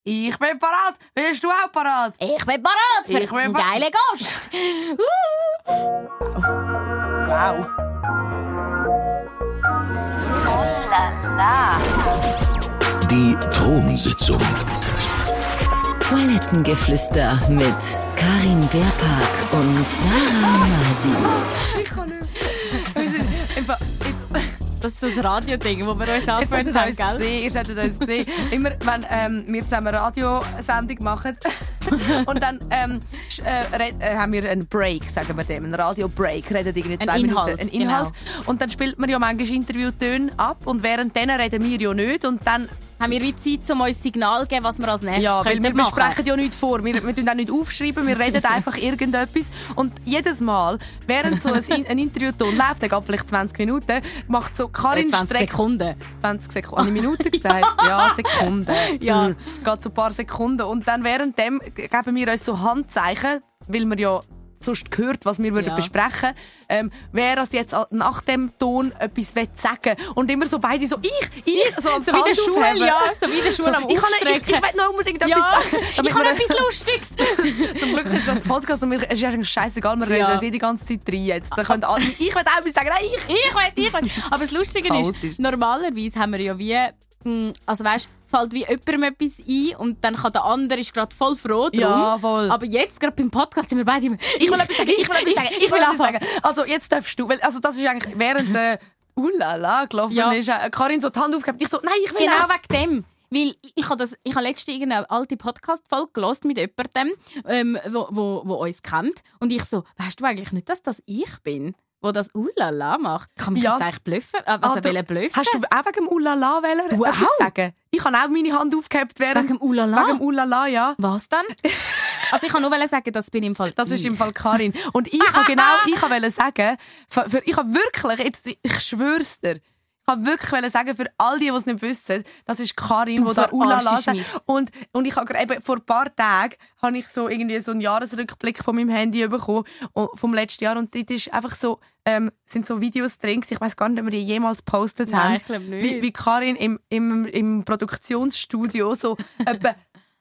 Ich bin parat. Bist du auch parat? Ich bin parat für einen geilen Gast. Wow. Oh la la. Die Thronsitzung. Toilettengeflüster mit Karin Beerpark und Dara Masi. Ich kann nicht mehr. Das ist das Radio-Ding, das wir uns Ihr angewöhnt solltet haben, uns gell? sehen, ihr solltet uns sehen. Immer, wenn wir zusammen eine Radiosendung machen und dann haben wir einen Break, sagen wir dem, einen Radio-Break, reden irgendwie 2 Inhalt, Minuten, einen Inhalt. genau. Und dann spielt man ja manchmal Interviewtöne ab und während denen reden wir ja nicht und dann Haben wir wie Zeit, um uns Signal zu geben, was wir als nächstes ja, weil wir könnten machen? besprechen ja nichts vor. Wir tun auch nicht aufschreiben, wir reden einfach irgendetwas. Und jedes Mal, während so ein Interviewton läuft, der geht vielleicht 20 Minuten, macht so Karin 20 Streck... Sekunden. 20 Sekunden. Habe ich Minuten gesagt? Ja, Sekunden. Ja. Geht so ein paar Sekunden. Und dann währenddem geben wir uns so Handzeichen, weil wir ja sonst gehört, was wir würden besprechen, wer das jetzt nach dem Ton etwas sagen will. Und immer so beide so, ich, so am So wie in der Schule, aufheben. ja. So wie in der Schule am Ich Aufstrecken. will noch unbedingt ja, etwas sagen. ich habe etwas Lustiges. Zum Glück ist das Podcast und es ist eigentlich scheißegal, wir reden uns die ganze Zeit rein jetzt. Da können alle, ich will auch etwas sagen, nein, ich will. Aber das Lustige Chaotisch. ist, normalerweise haben wir ja wie, also weißt, fällt wie jemandem etwas ein und dann kann der andere ist gerade voll froh drum. Ja, voll. Aber jetzt, gerade beim Podcast, sind wir beide immer, ich will etwas sagen, Ich will etwas sagen. Also jetzt darfst du, weil also das ist eigentlich während der Ulala gelaufen ist, Karin so die Hand aufgehabt, ich so, nein, ich will Genau auch. wegen dem. Weil ich habe letztens irgendeine alte Podcast-Folge gehört mit jemandem, wo uns kennt. Und ich so, weißt du eigentlich nicht, dass das ich bin, wo das Ulala macht? Ich kann mich jetzt eigentlich bluffen. Bluffen. Hast du auch wegen dem Ulala etwas sagen? Ich habe auch meine Hand aufgehabt während... Wegen dem Ulala? Wegen dem Ulala, ja. Was dann? Also ich kann nur sagen, das bin im Fall Das ist im Fall Karin. Und ich wollte sagen, ich habe wirklich, jetzt, ich schwör's dir, ich wollte wirklich sagen, für all die es nicht wissen, das ist Karin, die da Ulala sagt. Und ich habe eben vor ein paar Tagen habe ich so irgendwie so einen Jahresrückblick von meinem Handy bekommen vom letzten Jahr und dort ist einfach so sind so Videos drin. Ich weiss gar nicht, ob wir die jemals gepostet haben. Nein, ich glaube nicht. Wie Karin im Produktionsstudio so etwa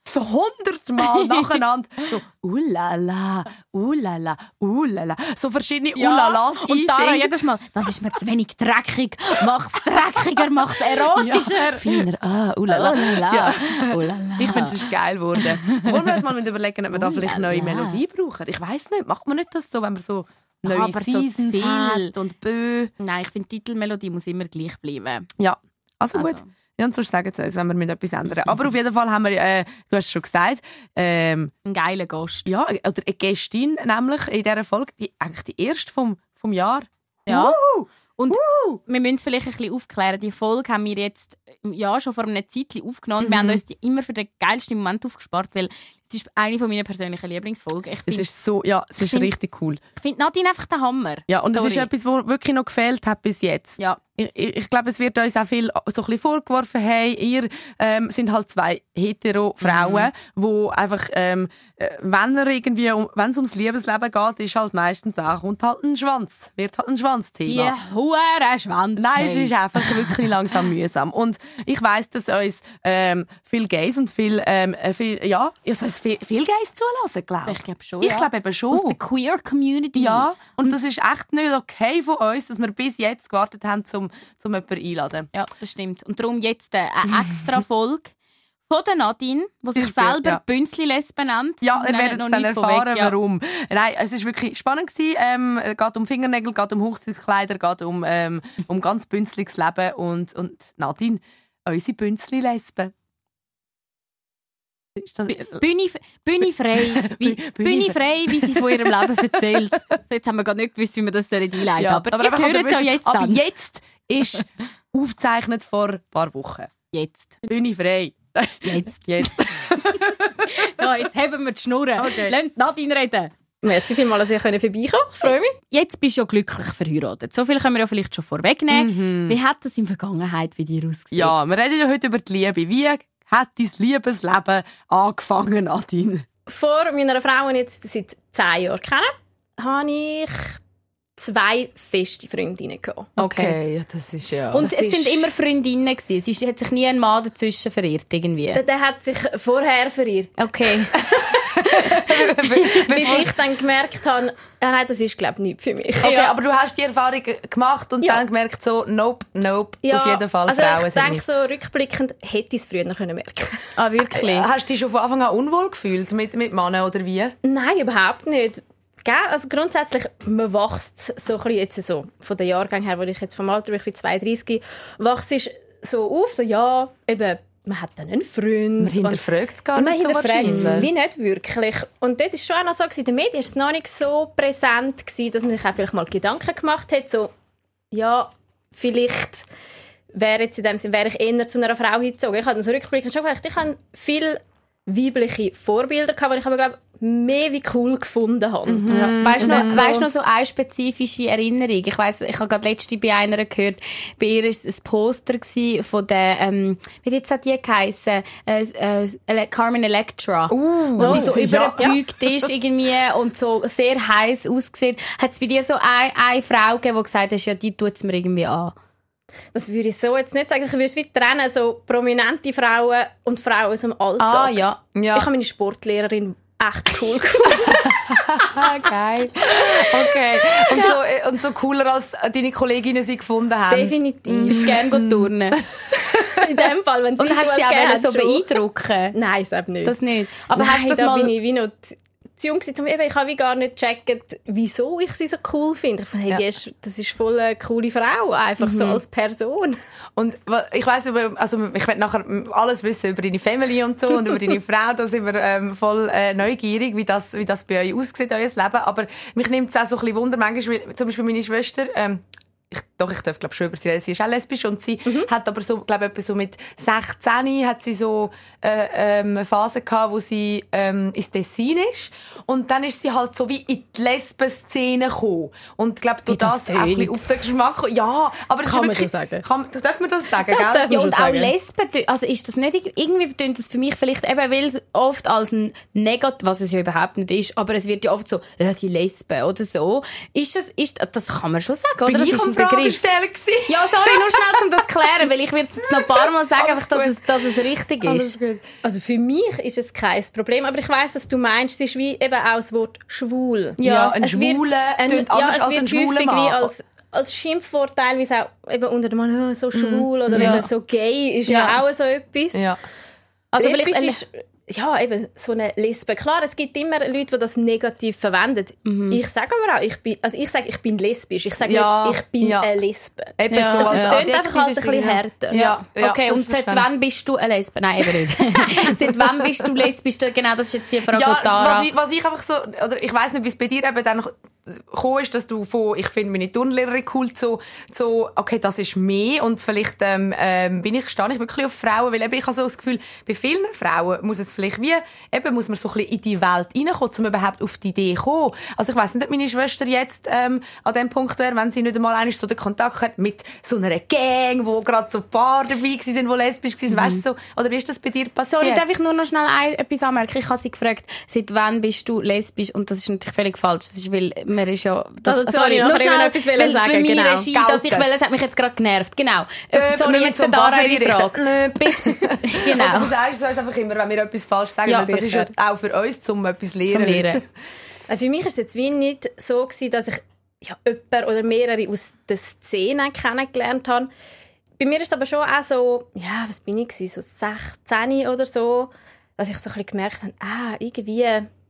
100 Mal nacheinander so Ulala, Ulala, Ulala. So verschiedene Ulalas und Dara einsingt. jedes Mal, das ist mir zu wenig dreckig. Mach's dreckiger, mach's erotischer. Feiner, Ulala. Ulala. Ja. Ulala. Ich finde, es ist geil geworden. Wollen wir uns mal überlegen, ob wir da vielleicht neue Melodie brauchen? Ich weiss nicht, macht man nicht das so, wenn man so neue aber so Seasons viel. hat und Bö. Nein, ich finde, die Titelmelodie muss immer gleich bleiben. Ja, also gut. Ja, und sonst sagen sie uns, wenn wir etwas ändern. Aber auf jeden Fall haben wir, du hast es schon gesagt, Ein geiler Gast. ja, oder eine Gästin nämlich in dieser Folge, eigentlich die erste vom Jahr. Ja. Und wir müssen vielleicht ein bisschen aufklären. Die Folge haben wir jetzt schon vor einer Zeit aufgenommen. Wir haben uns die immer für den geilsten Moment aufgespart, weil es ist eine von meiner persönlichen Lieblingsfolgen. Es ist so, ja, es ist richtig cool. Ich finde Nadine einfach der Hammer. Ja, und es ist Sorry. etwas, was wirklich noch gefehlt hat bis jetzt. Ja. Ich glaube, es wird uns auch viel so ein bisschen vorgeworfen, hey, ihr sind halt 2 hetero Frauen, wo einfach, wenn es ums Liebesleben geht, ist halt meistens auch, kommt halt ein Schwanz, wird halt ein Schwanzthema. Die hure Schwanz. Nein, es ist einfach wirklich langsam mühsam. Und ich weiss, dass uns viel Gays und viel Gays zulassen, glaube ich. Ich glaube schon. Ich glaube eben schon. Aus der Queer Community. Ja, und das ist echt nicht okay von uns, dass wir bis jetzt gewartet haben, um jemanden einzuladen. Ja, das stimmt. Und darum jetzt eine extra Folge von der Nadine, die sich Ist gut, selber ja. Bündli-Lesben nennt. Ja, ihr Wir werdet nennen dann noch nichts erfahren, vorweg, ja. warum. Nein, es war wirklich spannend gewesen. Es geht um Fingernägel, geht um Hochzeitskleider, geht um ganz bünzliges Leben. Und Nadine, unsere Bünzli-Lesben. Bühne frei, wie sie von ihrem Leben erzählt. So, jetzt haben wir gar nicht gewusst, wie wir das einleiten sollen. Ja, aber ihr einfach, hört es ja jetzt aber dann. jetzt ist aufgezeichnet vor ein paar Wochen. Jetzt. Bühne frei. Jetzt. Jetzt. Ja, jetzt haben wir die Schnurren. Okay. Lasst Nadine reden. Merci vielmals, dass ich vorbeikommen konnte. Ich freue mich. Jetzt bist du ja glücklich verheiratet. So viel können wir ja vielleicht schon vorwegnehmen. Wie hat das in der Vergangenheit bei dir ausgesehen? Ja, wir reden ja heute über die Liebe. Wie hat dein Liebesleben angefangen, Nadine? Vor meiner Frau, die ich jetzt seit 10 Jahren kenne, habe ich 2 feste Freundinnen gehabt. Okay, das ist ja... Und es sind immer Freundinnen gewesen. Es hat sich nie ein Mann dazwischen verirrt, irgendwie. Der hat sich vorher verirrt. Okay. Bis ich dann gemerkt habe, nein, das ist, glaube ich, nichts für mich. Okay, aber du hast die Erfahrung gemacht und dann gemerkt so, nope, auf jeden Fall also Frauen ich denke so, rückblickend hätte ich es früher merken können. Ah, wirklich? Hast du dich schon von Anfang an unwohl gefühlt mit Männern oder wie? Nein, überhaupt nicht. Also grundsätzlich, man wächst so ein bisschen jetzt so, von den Jahrgängen her, wo ich jetzt vom Alter, ich bin 32, wächst ist so auf, so ja, eben, man hat dann einen Freund. Man hinterfragt es gar nicht so wahrscheinlich. wahrscheinlich. Wie nicht wirklich. Und dort war es schon auch noch so, in den Medien war es noch nicht so präsent, dass man sich auch vielleicht mal Gedanken gemacht hat, so, ja, vielleicht wäre ich eher zu einer Frau hingezogen. Ich habe dann so rückblickend schon gedacht, ich habe viele weibliche Vorbilder gehabt, die ich aber, glaube mehr wie cool gefunden habe. Ja. Weißt du noch so eine spezifische Erinnerung? Ich weiss, ich habe gerade letztens bei einer gehört, bei ihr war es ein Poster von der, wie jetzt hat die geheissen? Carmen Electra. Wo sie so übergebeugt ist irgendwie und so sehr heiß aussieht. Hat es bei dir so eine Frau gegeben, die gesagt hat, ja, die tut es mir irgendwie an? Das würde ich so jetzt nicht sagen. Ich würde es wie trennen, so prominente Frauen und Frauen aus dem Alltag. Ah, ja. Ich habe meine Sportlehrerin echt cool gefunden. Geil. Okay. Und so cooler, als deine Kolleginnen sie gefunden haben? Definitiv. Bist du gerne turnen? In dem Fall, wenn sie und hast sie auch so beeindrucken? Nein, das nicht. Das nicht. Aber nein, hast du das da mal... bin ich wie noch zu jung gewesen, ich habe gar nicht gecheckt, wieso ich sie so cool finde. Ich fand, hey, das ist voll eine coole Frau, einfach so als Person. Und ich weiss, also ich will nachher alles wissen über deine Family und so und über deine Frau, da sind wir voll neugierig, wie das bei euch aussieht, euer Leben. Aber mich nimmt es auch so ein bisschen Wunder, manchmal, zum Beispiel meine Schwester, ich darf glaube schon über sie reden. Sie ist auch lesbisch und sie hat aber so, glaube etwa so mit 16 hat sie so eine Phase gehabt, wo sie ins Tessin ist und dann ist sie halt so wie in die Lesben-Szene gekommen und glaube du das auch ein bisschen auf den Geschmack gekommen. Ja, aber das kann ist wirklich, man so sagen. Darf man das sagen, das gell? Ja, und auch Lesben, also ist das nicht, irgendwie tönt das für mich vielleicht eben, weil es oft als ein Negativ, was es ja überhaupt nicht ist, aber es wird ja oft so, ja, die Lesben oder so. Das kann man schon sagen, oder? Das ist ein Begriff. Ja, sorry, nur schnell, um das zu klären, weil ich würde es jetzt noch ein paar Mal sagen, einfach, dass es richtig ist. Also für mich ist es kein Problem, aber ich weiss, was du meinst. Es ist wie eben auch das Wort schwul. Ja, ein Schwuler tönt anders als ein schwuler Mann. Als Schimpfwort teilweise auch eben unter dem Mann so schwul oder eben so gay ist ja auch so etwas. Ja. Also vielleicht ist ja, eben so eine Lesbe. Klar, es gibt immer Leute, die das negativ verwenden. Ich sage aber auch, ich bin lesbisch. Ich sage nicht, ich bin eine Lesbe. Eben so. Also es klingt einfach halt ein bisschen härter. Ja. Okay, und seit wann bist du eine Lesbe? Nein, eben nicht. Seit wann bist du lesbisch? Genau, das ist jetzt die Frage, Tara. Was ich einfach so, oder ich weiss nicht, wie es bei dir eben dann gekommen ist, dass du von, ich finde meine Turnlehrerin cool, so, okay, das ist mehr und vielleicht stehe ich wirklich auf Frauen, weil eben ich habe so das Gefühl, bei vielen Frauen muss es vielleicht wie, eben muss man so ein bisschen in die Welt reinkommen, um überhaupt auf die Idee zu kommen. Also ich weiss nicht, ob meine Schwester jetzt an dem Punkt wäre, wenn sie nicht einmal eigentlich so den Kontakt hat mit so einer Gang, wo gerade so ein paar dabei waren, die lesbisch waren, weißt du, so, oder wie ist das bei dir passiert? Sorry, darf ich nur noch schnell etwas anmerken? Ich habe sie gefragt, seit wann bist du lesbisch? Und das ist natürlich völlig falsch. Das ist, weil man ist ja... Sorry, nur schnell etwas sagen. Für meine genau. Regie, dass ich will, es hat mich jetzt gerade genervt. Genau. Sorry, jetzt so Dara die Frage. Genau. Du sagst uns einfach immer, wenn wir etwas falsch sagen. Ja, das ist ja auch für uns, um etwas zu lernen. Für mich war es jetzt wie nicht so gewesen, dass ich jemanden oder mehrere aus der Szene kennengelernt habe. Bei mir ist es aber schon auch so, ja, was bin ich gewesen, so 16 oder so, dass ich so ein bisschen gemerkt habe, irgendwie...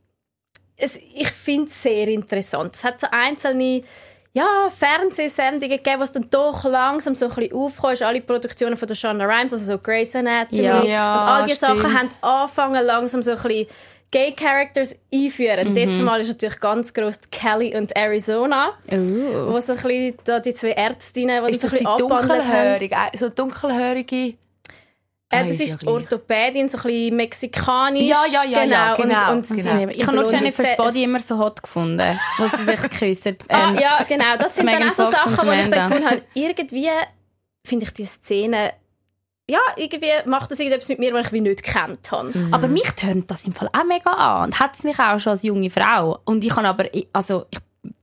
Ich finde es sehr interessant. Es hat so einzelne Fernsehsendungen gegeben, was dann doch langsam so ein bisschen aufgekommen ist. Alle Produktionen von der Shonda Rhimes, also so Grey's Anatomy und all diese Sachen haben angefangen langsam so ein bisschen Gay-Characters einführen. Und dort zumal ist natürlich ganz gross Kelly und Arizona, wo so ein bisschen da die zwei Ärztinnen, die ist so das ein bisschen dunkelhörige, so dunkelhörige... das ist die Orthopädin, so ein bisschen mexikanisch. Ja, genau. Und ich habe nur Jennifer's Body immer so hot gefunden, wo sie sich küssen. Ja, genau. Das sind dann auch so Sachen, wo ich dann gefunden habe, irgendwie finde ich die Szene, irgendwie macht das irgendetwas mit mir, was ich wie nicht gekannt habe. Aber mich tönt das im Fall auch mega an. Und hat es mich auch schon als junge Frau. Und ich kann aber, also ich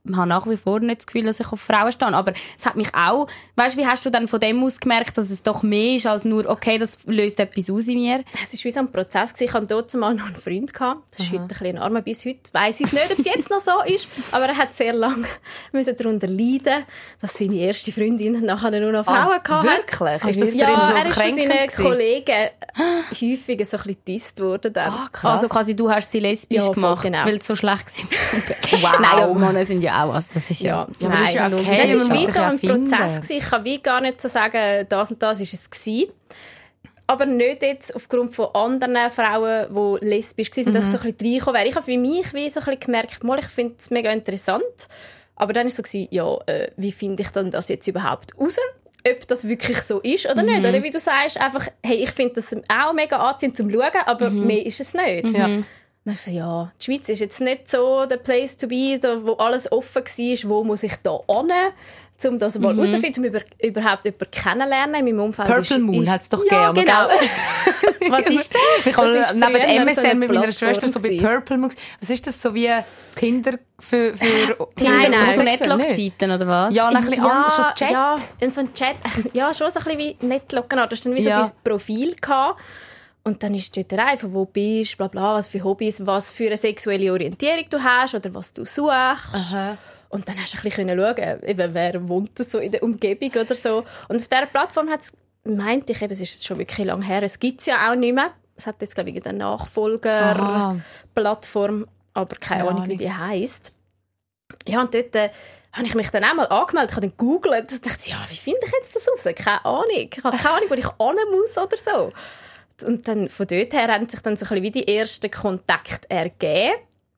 habe nach wie vor nicht das Gefühl, dass ich auf Frauen stehe. Aber es hat mich auch, weißt du, wie hast du dann von dem aus gemerkt, dass es doch mehr ist als nur, okay, das löst etwas aus in mir? Es war wie so ein Prozess. Ich hatte dort mal noch einen Freund. Das ist heute ein bisschen armer bis heute. Weiss ich nicht, ob es jetzt noch so ist. Aber er hat sehr lange darunter leiden, dass seine erste Freundin nachher nur noch Frauen hatte. Wirklich? Ist das ja, er ist von seinen Kollegen häufig so ein bisschen gedisst worden. Also quasi du hast sie lesbisch gemacht, genau. Weil es so schlecht war. Wow. Nein, aber Männer sind ja auch was. Das ist ja nein, das ist ja okay. Das war wie so ein Prozess gewesen. Ich kann wie gar nicht so sagen, das und das war es gewesen. Aber nicht jetzt aufgrund von anderen Frauen, die lesbisch waren, dass ich so ein bisschen reingekommen wäre. Ich habe für mich wie so ein bisschen gemerkt, ich finde es mega interessant. Aber dann war es so, ja, wie finde ich dann das jetzt überhaupt raus? Ob das wirklich so ist oder nicht. Oder wie du sagst, einfach, hey, ich finde das auch mega anziehend zum Schauen, aber mehr ist es nicht. Ja. Dann habe ich gesagt, ja, die Schweiz ist jetzt nicht so der Place to be, wo alles offen war, wo muss ich da hin, um das mal herauszufinden, um überhaupt jemanden kennenlernen in meinem Umfeld. Purple Moon hat es doch ja, gegeben, genau. Was ist das? Ich habe neben MSN so mit meiner Schwester so bei Purple Moon. Was ist das, so wie Tinder für Tinder so Netlog-Zeiten, oder was? Ja, ein bisschen anders, so Chat. Ja, in so einem Chat. Ja, schon so ein bisschen wie Netlog, genau. Das war dann wie so dein Profil gehabt. Und dann ist dort einfach, wo bist, bla bla, was für Hobbys, was für eine sexuelle Orientierung du hast oder was du suchst. Aha. Und dann hast du ein bisschen schauen, eben, wer wohnt so in der Umgebung oder so. Und auf dieser Plattform hat es, meinte ich, eben, es ist jetzt schon wirklich lange her, es gibt es ja auch nicht mehr. Es hat jetzt, glaube ich, eine Nachfolger-Plattform, aber keine Ahnung, wie die heisst. Ja, und dort habe ich mich dann auch mal angemeldet. Ich habe dann gegoogelt und dachte, ja, wie finde ich jetzt das raus? Keine Ahnung. Ich habe keine Ahnung, wo ich hin muss oder so. Und dann von dort her haben sich dann so ein bisschen wie die ersten Kontakte ergeben.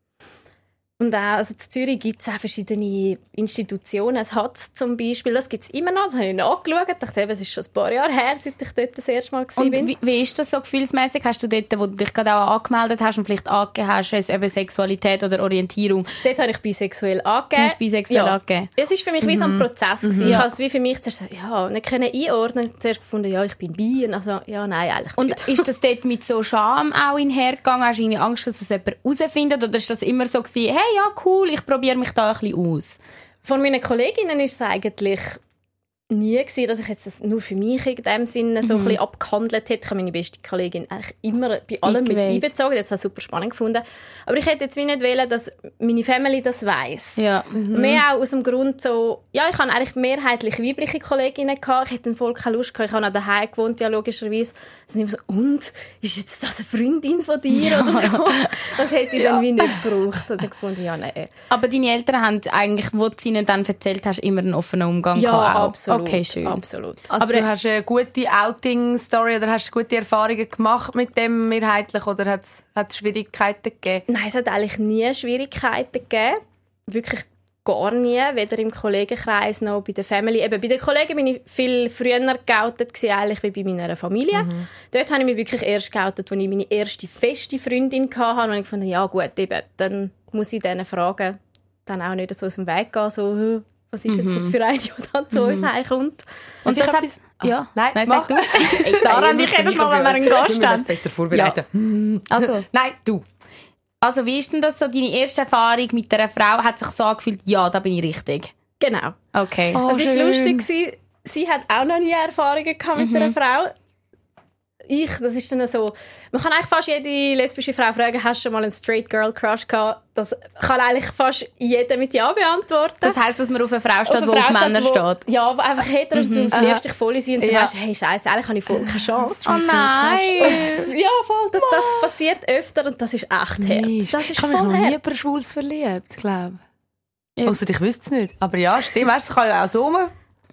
Und auch, also in Zürich gibt es auch verschiedene Institutionen. Es hat zum Beispiel, das gibt es immer noch, das habe ich nachgeschaut. Ich dachte, es ist schon ein paar Jahre her, seit ich dort das erste Mal war. Und wie ist das so gefühlsmäßig? Hast du dort, wo du dich gerade auch angemeldet hast und vielleicht angegeben hast, eben Sexualität oder Orientierung? Dort habe ich bisexuell angegeben. Hast du bisexuell angegeben? Es war für mich wie so ein Prozess. Ich habe es wie für mich zuerst nicht einordnen. Zuerst gefunden, ja, ich bin bi. Und also, ja, nein, eigentlich nicht. Und ist das dort mit so Scham auch einhergegangen? Hast du irgendwie Angst, dass es jemand herausfindet? Oder ist das immer so gewesen, hey, ja, cool, ich probiere mich da ein bisschen aus? Von meinen Kolleginnen ist es eigentlich nie gewesen, dass ich jetzt das nur für mich in dem Sinne so ein bisschen abgehandelt hätte. Ich habe meine beste Kollegin eigentlich immer bei allem mit einbezogen. Das habe ich super spannend gefunden. Aber ich hätte jetzt wie nicht wollen, dass meine Family das weiss. Ja. Mehr auch aus dem Grund so, ja, ich hatte eigentlich mehrheitlich weibliche Kolleginnen gehabt. Ich hätte voll keine Lust gehabt. Ich habe auch daheim gewohnt, ja, logischerweise. Das sind immer so, und? Ist jetzt das eine Freundin von dir oder so? Das hätte ich dann wie nicht gebraucht. Und dann gefunden, ja, nein. Aber deine Eltern haben eigentlich, wo du ihnen dann erzählt hast, immer einen offenen Umgang gehabt? Ja, absolut. Okay, schön. Absolut. Also aber du hast eine gute Outing-Story oder hast gute Erfahrungen gemacht mit dem mehrheitlich oder hat es Schwierigkeiten gegeben? Nein, es hat eigentlich nie Schwierigkeiten gegeben. Wirklich gar nie. Weder im Kollegenkreis noch bei der Family. Eben, bei den Kollegen bin ich viel früher geoutet eigentlich wie bei meiner Familie. Dort habe ich mich wirklich erst geoutet, als ich meine erste feste Freundin hatte. Und ich fand, ja gut, eben, dann muss ich diesen Fragen dann auch nicht so aus dem Weg gehen. So, was ist jetzt das für eine, die dann zu uns heimkommt? Und das hat... Ja. Nein, sag du. Daran ich jedes Mal, wenn wir einen Gast haben. Das besser vorbereiten. Ja. Also, nein, du. Also, wie ist denn das so, deine erste Erfahrung mit einer Frau? Hat sich so angefühlt, ja, da bin ich richtig? Genau. Okay. Oh, es war lustig. Sie hat auch noch nie Erfahrungen gehabt mit einer Frau. Das ist dann so, man kann eigentlich fast jede lesbische Frau fragen, hast du schon mal einen Straight Girl Crush gehabt? Das kann eigentlich fast jeder mit Ja beantworten. Das heisst, dass man auf eine Frau steht, die auf Männer steht? Ja, wo einfach hetero ist, du verliebst dich voll in sie und du weißt, hey, Scheiße, eigentlich habe ich voll keine Chance. Oh nein! Ja, voll, das passiert öfter und das ist echt hart. Das ist ich habe mich noch nie über Schwuls verliebt, glaube ich. Ja. Ausser ich wüsste es nicht. Aber ja, stimmt, weißt du, das kann ja auch so rum.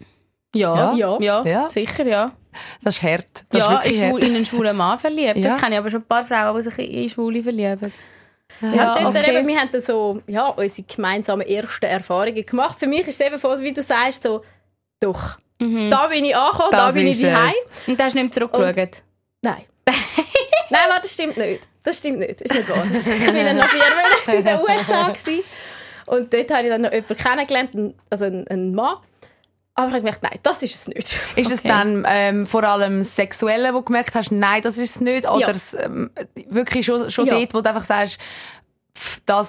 Ja, sicher, ja. Das ist hart. Das ist in einen schwulen Mann verliebt. Ja. Das kenne ich aber schon ein paar Frauen, die sich in Schwule verlieben. Wir haben dann so, unsere gemeinsamen ersten Erfahrungen gemacht. Für mich ist es eben voll, wie du sagst, so, doch, da bin ich angekommen, da bin ich daheim. Und da hast du nicht zurückgeschaut? Nein. Nein, warte, das stimmt nicht. Das ist nicht wahr. Ich war noch 4 Monate in den USA und dort habe ich dann noch jemanden kennengelernt, also einen Mann. Aber ich habe gedacht, nein, das ist es nicht. Ist es dann vor allem das Sexuelle, wo du gemerkt hast, nein, das ist es nicht? Oder wirklich schon dort, wo du einfach sagst, das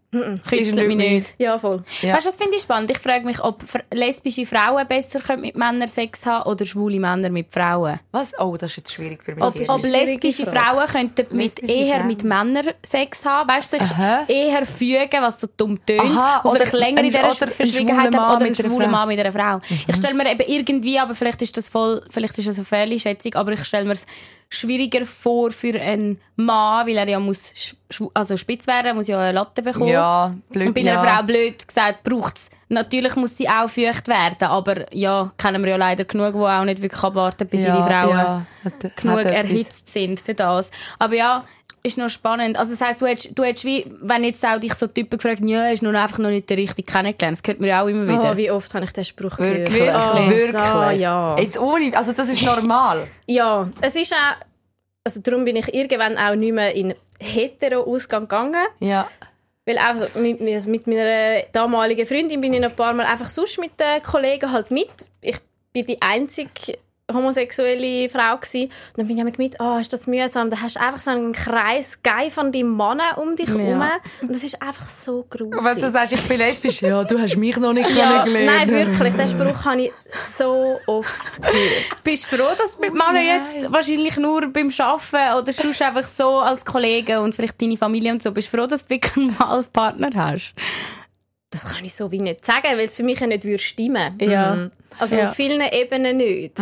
Kitzelt mich nicht. Ja, voll. Ja. Weißt du, das finde ich spannend. Ich frage mich, ob lesbische Frauen besser mit Männern Sex haben oder schwule Männer mit Frauen. Was? Oh, das ist jetzt schwierig für mich. Ob lesbische Frauen könnten mit Männern Sex haben, weißt du, sich eher fügen, was so dumm tönt, und vielleicht länger in dieser Verschwiegenheit haben, oder ein schwuler Mann mit einer Frau. Ich stelle mir eben irgendwie, aber vielleicht ist das eine Fehlschätzung, aber ich stelle mir es schwieriger vor für einen Mann, weil er ja muss spitz werden, muss ja eine Latte bekommen. Ja, blöd. Und bei einer Frau, blöd gesagt, braucht es. Natürlich muss sie auch feucht werden, aber ja, kennen wir ja leider genug, die auch nicht wirklich abwarten, bis ihre Frauen genug erhitzt sind für das. Aber ja, ist noch spannend. Also das heisst, du hättest wie, wenn jetzt auch dich so Typen gefragt, ja, hast du einfach noch nicht richtig kennengelernt. Das hört man ja auch immer wieder. Oh, wie oft habe ich diesen Spruch gehört? Wirklich? Ja. Jetzt ohne, also das ist normal. Ja, es ist auch, also darum bin ich irgendwann auch nicht mehr in Hetero-Ausgang gegangen. Ja. Weil auch so mit meiner damaligen Freundin bin ich noch ein paar Mal einfach sonst mit den Kollegen halt mit. Ich bin die einzige homosexuelle Frau gsi. Und dann bin ich mit, ist das mühsam. Da hast du einfach so einen Kreis geil von deinen Männern um dich herum. Und das ist einfach so gruselig. Und wenn du sagst, ich bin lesbisch, ja, du hast mich noch nicht kennengelernt. Nein, wirklich. Den Spruch habe ich so oft gehört. Bist du froh, dass du mit Männern jetzt wahrscheinlich nur beim Arbeiten oder sonst einfach so als Kollege und vielleicht deine Familie und so, bist du froh, dass du wirklich einen Mann als Partner hast? Das kann ich so wie nicht sagen, weil es für mich ja nicht stimmen würde. Ja. Also auf vielen Ebenen nicht.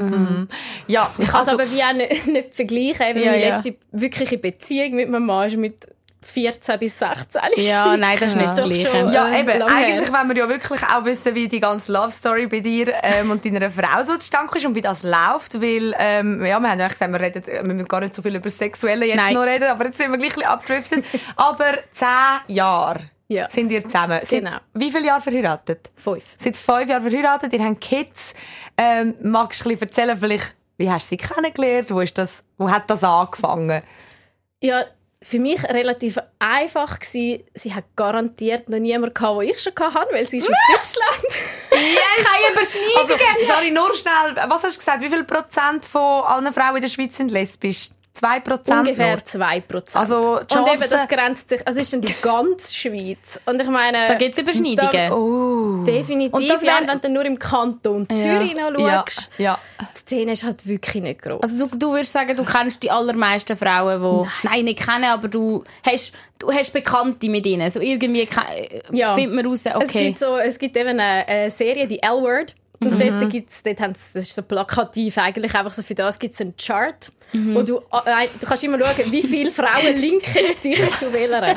Ja, Ich kann es aber wie auch nicht vergleichen. Eben meine letzte wirkliche Beziehung mit meinem Mann ist mit 14 bis 16. Ja, nein, das ist nicht das Gleiche. Ja, eben. Eigentlich wollen wir ja wirklich auch wissen, wie die ganze Love Story bei dir und deiner Frau so zustande ist und wie das läuft, weil wir haben ja gesagt, wir müssen gar nicht so viel über das Sexuelle jetzt noch reden, aber jetzt sind wir gleich ein bisschen abgedriftet. Aber 10 Jahre sind ihr zusammen. Genau. Seit wie viele Jahre verheiratet? 5. Seit 5 Jahren verheiratet, ihr habt Kids. Magst du ein bisschen erzählen, vielleicht, wie hast du sie kennengelernt? Wo hat das angefangen? Ja, für mich relativ einfach gewesen. Sie hat garantiert noch niemanden gehabt, den ich schon hatte, weil sie ist aus Deutschland. Keine Überschneidungen. Also, sorry, nur schnell. Was hast du gesagt? Wie viel Prozent von allen Frauen in der Schweiz sind lesbisch? 2%? Ungefähr nur? 2%. Also, und eben, das grenzt sich, also ist dann die ganze Schweiz. Und ich meine... Da gibt es Überschneidungen. Definitiv. Und das wenn du nur im Kanton Zürich noch schaust. Ja. Die Szene ist halt wirklich nicht gross. Also du würdest sagen, du kennst die allermeisten Frauen, die... Nein, nicht kennen, aber du hast Bekannte mit ihnen. So irgendwie findet man raus, okay. Es gibt eben eine Serie, die L-Word. Und dort haben sie, das ist so plakativ eigentlich, einfach so für das gibt es einen Chart, wo du kannst immer schauen, wie viele Frauen linken dich zu wählen.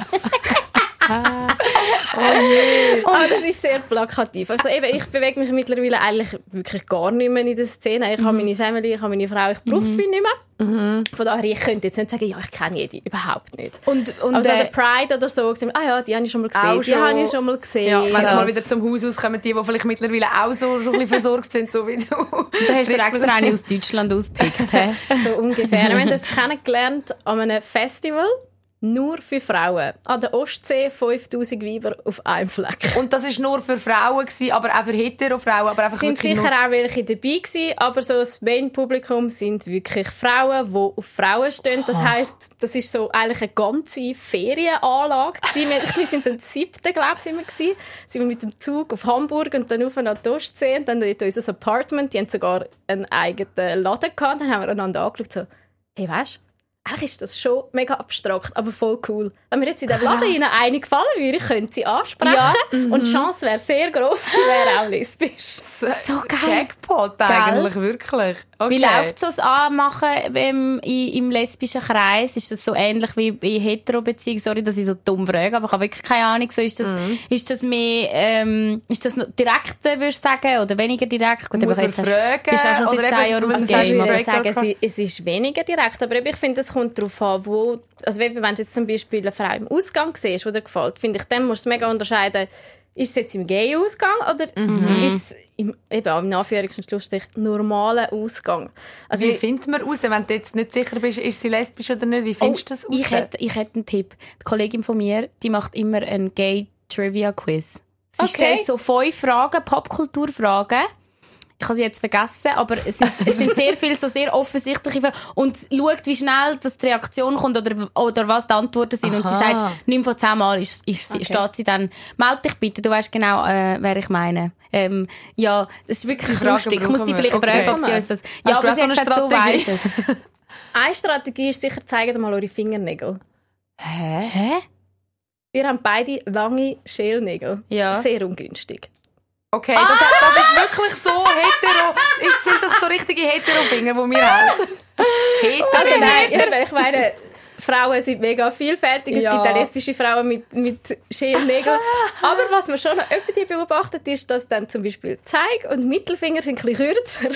Aber das ist sehr plakativ. Also eben, ich bewege mich mittlerweile eigentlich wirklich gar nicht mehr in der Szene. Ich habe meine Family, ich habe meine Frau, ich brauche es wie nicht mehr. Von daher, ich könnte jetzt nicht sagen, ja, ich kenne jede, überhaupt nicht. Und aber so der Pride oder so, die habe ich schon mal gesehen. Die habe ich schon mal gesehen. Ja, wenn mal wieder zum Haus auskommen, die vielleicht mittlerweile auch so schon ein bisschen versorgt sind, so wie du. Da hast du extra eine aus Deutschland ausgepickt. So ungefähr. Wir haben das kennengelernt an einem Festival. Nur für Frauen. An der Ostsee 5000 Weiber auf einem Fleck. Und das war nur für Frauen, aber auch für Hetero-Frauen. Aber einfach sind sicher auch welche dabei gewesen, aber so das Main-Publikum sind wirklich Frauen, die auf Frauen stehen. Das heisst, das ist so eigentlich eine ganze Ferienanlage. Wir sind am 7. glaube ich, sind wir mit dem Zug auf Hamburg und dann auf an die Ostsee und dann dort unser Apartment. Die haben sogar einen eigenen Laden gehabt. Dann haben wir einander angeschaut, so, hey, weißt du, eigentlich ist das schon mega abstrakt, aber voll cool. Wenn mir jetzt in dem Laden Ihnen eine gefallen würde, ich könnte sie ansprechen. Ja. Und die Chance wäre sehr gross, sie wäre auch lesbisch. So geil. Jackpot eigentlich, wirklich. Okay. Wie läuft so das Anmachen im lesbischen Kreis? Ist das so ähnlich wie in Hetero-Beziehungen? Sorry, dass ich so dumm frage, aber ich habe wirklich keine Ahnung. So, ist das mehr, ist das noch direkter, würdest du sagen, oder weniger direkt? Gut, muss man fragen? Bist du auch schon seit 10 Jahren aus dem Game? Ich würde sagen, es ist weniger direkt, aber ich finde, es kommt darauf an, wo, also wenn du jetzt zum Beispiel eine Frau im Ausgang siehst, die dir gefällt, finde ich, dann musst du mega unterscheiden, ist es jetzt im Gay-Ausgang oder ist es im Anführungs- und Schlussstrich normalen Ausgang? Also wie findet man raus, wenn du jetzt nicht sicher bist, ist sie lesbisch oder nicht? Wie findest du das raus? Ich hätte einen Tipp. Die Kollegin von mir, die macht immer einen Gay-Trivia-Quiz. Sie stellt so 5 Fragen, Popkulturfragen. ich habe sie jetzt vergessen, aber es sind sehr viele so sehr offensichtliche Fragen. Und schaut, wie schnell dass die Reaktion kommt oder was die Antworten sind. Und sie sagt, 9 von 10 Mal steht sie dann, melde dich bitte, du weißt genau, wer ich meine. Ja, das ist wirklich lustig. Ich muss sie vielleicht fragen, ob sie uns das... Ja, aber sie hat gesagt, so weisst es. Eine Strategie ist sicher, zeigt mal eure Fingernägel. Hä? Ihr habt beide lange Schälnägel. Ja. Sehr ungünstig. Okay, das ist wirklich so hetero. Sind das so richtige Hetero-Finger, die wir haben? Also nein, ich meine, Frauen sind mega vielfältig. Es gibt auch lesbische Frauen mit Schälnägeln. Aber was man schon noch öfter beobachtet, ist, dass dann zum Beispiel Zeig- und Mittelfinger sind ein bisschen kürzer.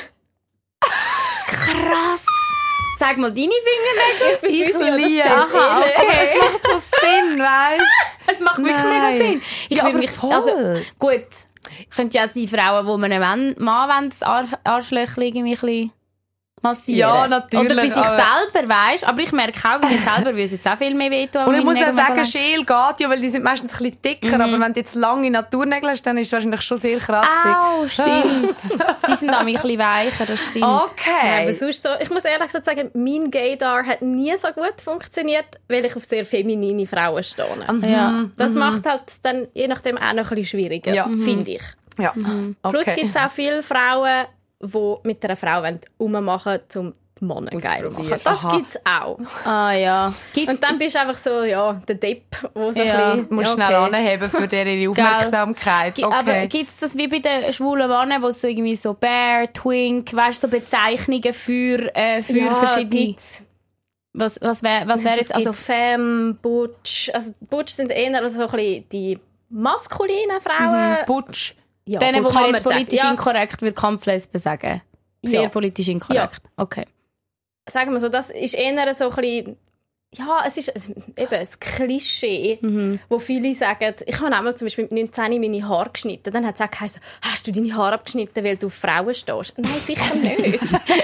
Krass! Zeig mal deine Fingernägel. Ich liebe es. Es macht so Sinn, weißt du? Es macht wirklich mega Sinn. Ich will mich, voll. also, gut, könnte ja sein, Frauen, die einem Mann das Arschlöchchen irgendwie ein bisschen massieren. Ja, natürlich. Oder bei sich selber, weisst. Aber ich merke auch, bei mir selber würde es jetzt auch viel mehr wehtun. Und ich muss ja sagen, Schäl geht ja, weil die sind meistens ein bisschen dicker. Aber wenn du jetzt lange Naturnägel hast, dann ist es wahrscheinlich schon sehr kratzig. Au, stimmt. Die sind auch ein bisschen weicher, das stimmt. Okay. Ja, aber sonst so, ich muss ehrlich gesagt sagen, mein Gaydar hat nie so gut funktioniert, weil ich auf sehr feminine Frauen stehe. Ja. Das macht halt dann je nachdem auch noch ein bisschen schwieriger, finde ich. Ja. Plus gibt es auch viele Frauen, die mit einer Frau rummachen wollen, um die Männer geil zu machen. Das gibt es auch. Ah ja. Und dann bist du einfach so, der Depp, der so Ja. ein bisschen... Du musst schnell anheben für ihre Aufmerksamkeit. Okay. Aber gibt es das wie bei den schwulen Männern, wo es so irgendwie so Bear, Twink, weißt du, so Bezeichnungen für verschiedene... Gibt's. Was wäre jetzt... Also Femme, Butch... Also Butch sind eher so ein bisschen die maskulinen Frauen. Putsch. Ja, denen, wo kann man jetzt sagen. politisch Ja, inkorrekt würde Kampflesben sagen. Sehr Ja. politisch inkorrekt. Okay. sagen wir so, das ist eher so ein bisschen... Ja, es ist eben ein Klischee, wo viele sagen, ich habe einmal zum Beispiel mit 19 meine Haare geschnitten. Dann hat es auch geheißen, hast du deine Haare abgeschnitten, weil du auf Frauen stehst? Nein, sicher nicht.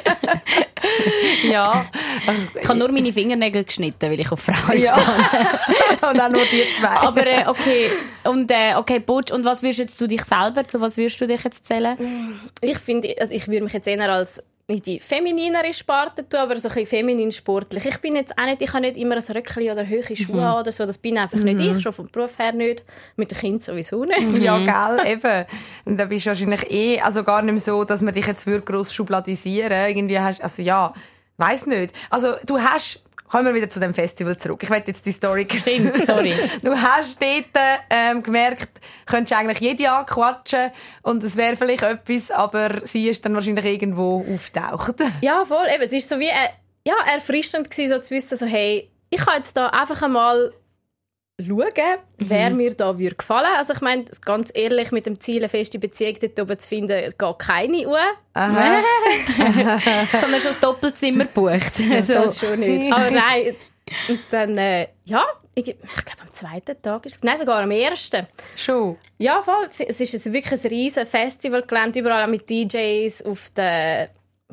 Ja. Ich habe nur meine Fingernägel geschnitten, weil ich auf Frauen Ja. stehe. Und auch nur die zwei. Aber okay. Und okay, Butch. Und was würdest jetzt du dich selber, zu was würdest du dich jetzt zählen? Ich finde, also ich würde mich jetzt eher als nicht die femininere Sparte tun, aber so ein bisschen feminin sportlich. Ich bin jetzt auch nicht, ich habe nicht immer ein Röckchen oder hohe Schuhe an oder so. Das bin einfach nicht ich, schon vom Beruf her nicht. Mit den Kindern sowieso nicht. Ja, gell, eben. Und dann bist du wahrscheinlich also gar nicht mehr so, dass man dich jetzt gross schubladisieren. Irgendwie hast, also ja, weiss nicht. Also du hast, kommen wir wieder zu dem Festival zurück. Ich will jetzt die Story... Stimmt, sorry. Du hast dort gemerkt, könntest eigentlich jede anquatschen und es wäre vielleicht etwas, aber sie ist dann wahrscheinlich irgendwo auftaucht. Ja, voll. Eben, es war so wie erfrischend gewesen, so zu wissen, so, hey, ich kann jetzt da einfach einmal schauen, wer mir da gefallen würde. Also ich meine, ganz ehrlich, mit dem Ziel, eine feste Beziehung dort oben zu finden, geht keine Uhr. Sondern schon das Doppelzimmer gebucht. Also, das schon nicht. Aber nein. Und dann, ich glaube am zweiten Tag ist es. Nein, sogar am ersten. Schon? Ja, voll. Es ist wirklich ein riesen Festivalgelände, überall auch mit DJs auf der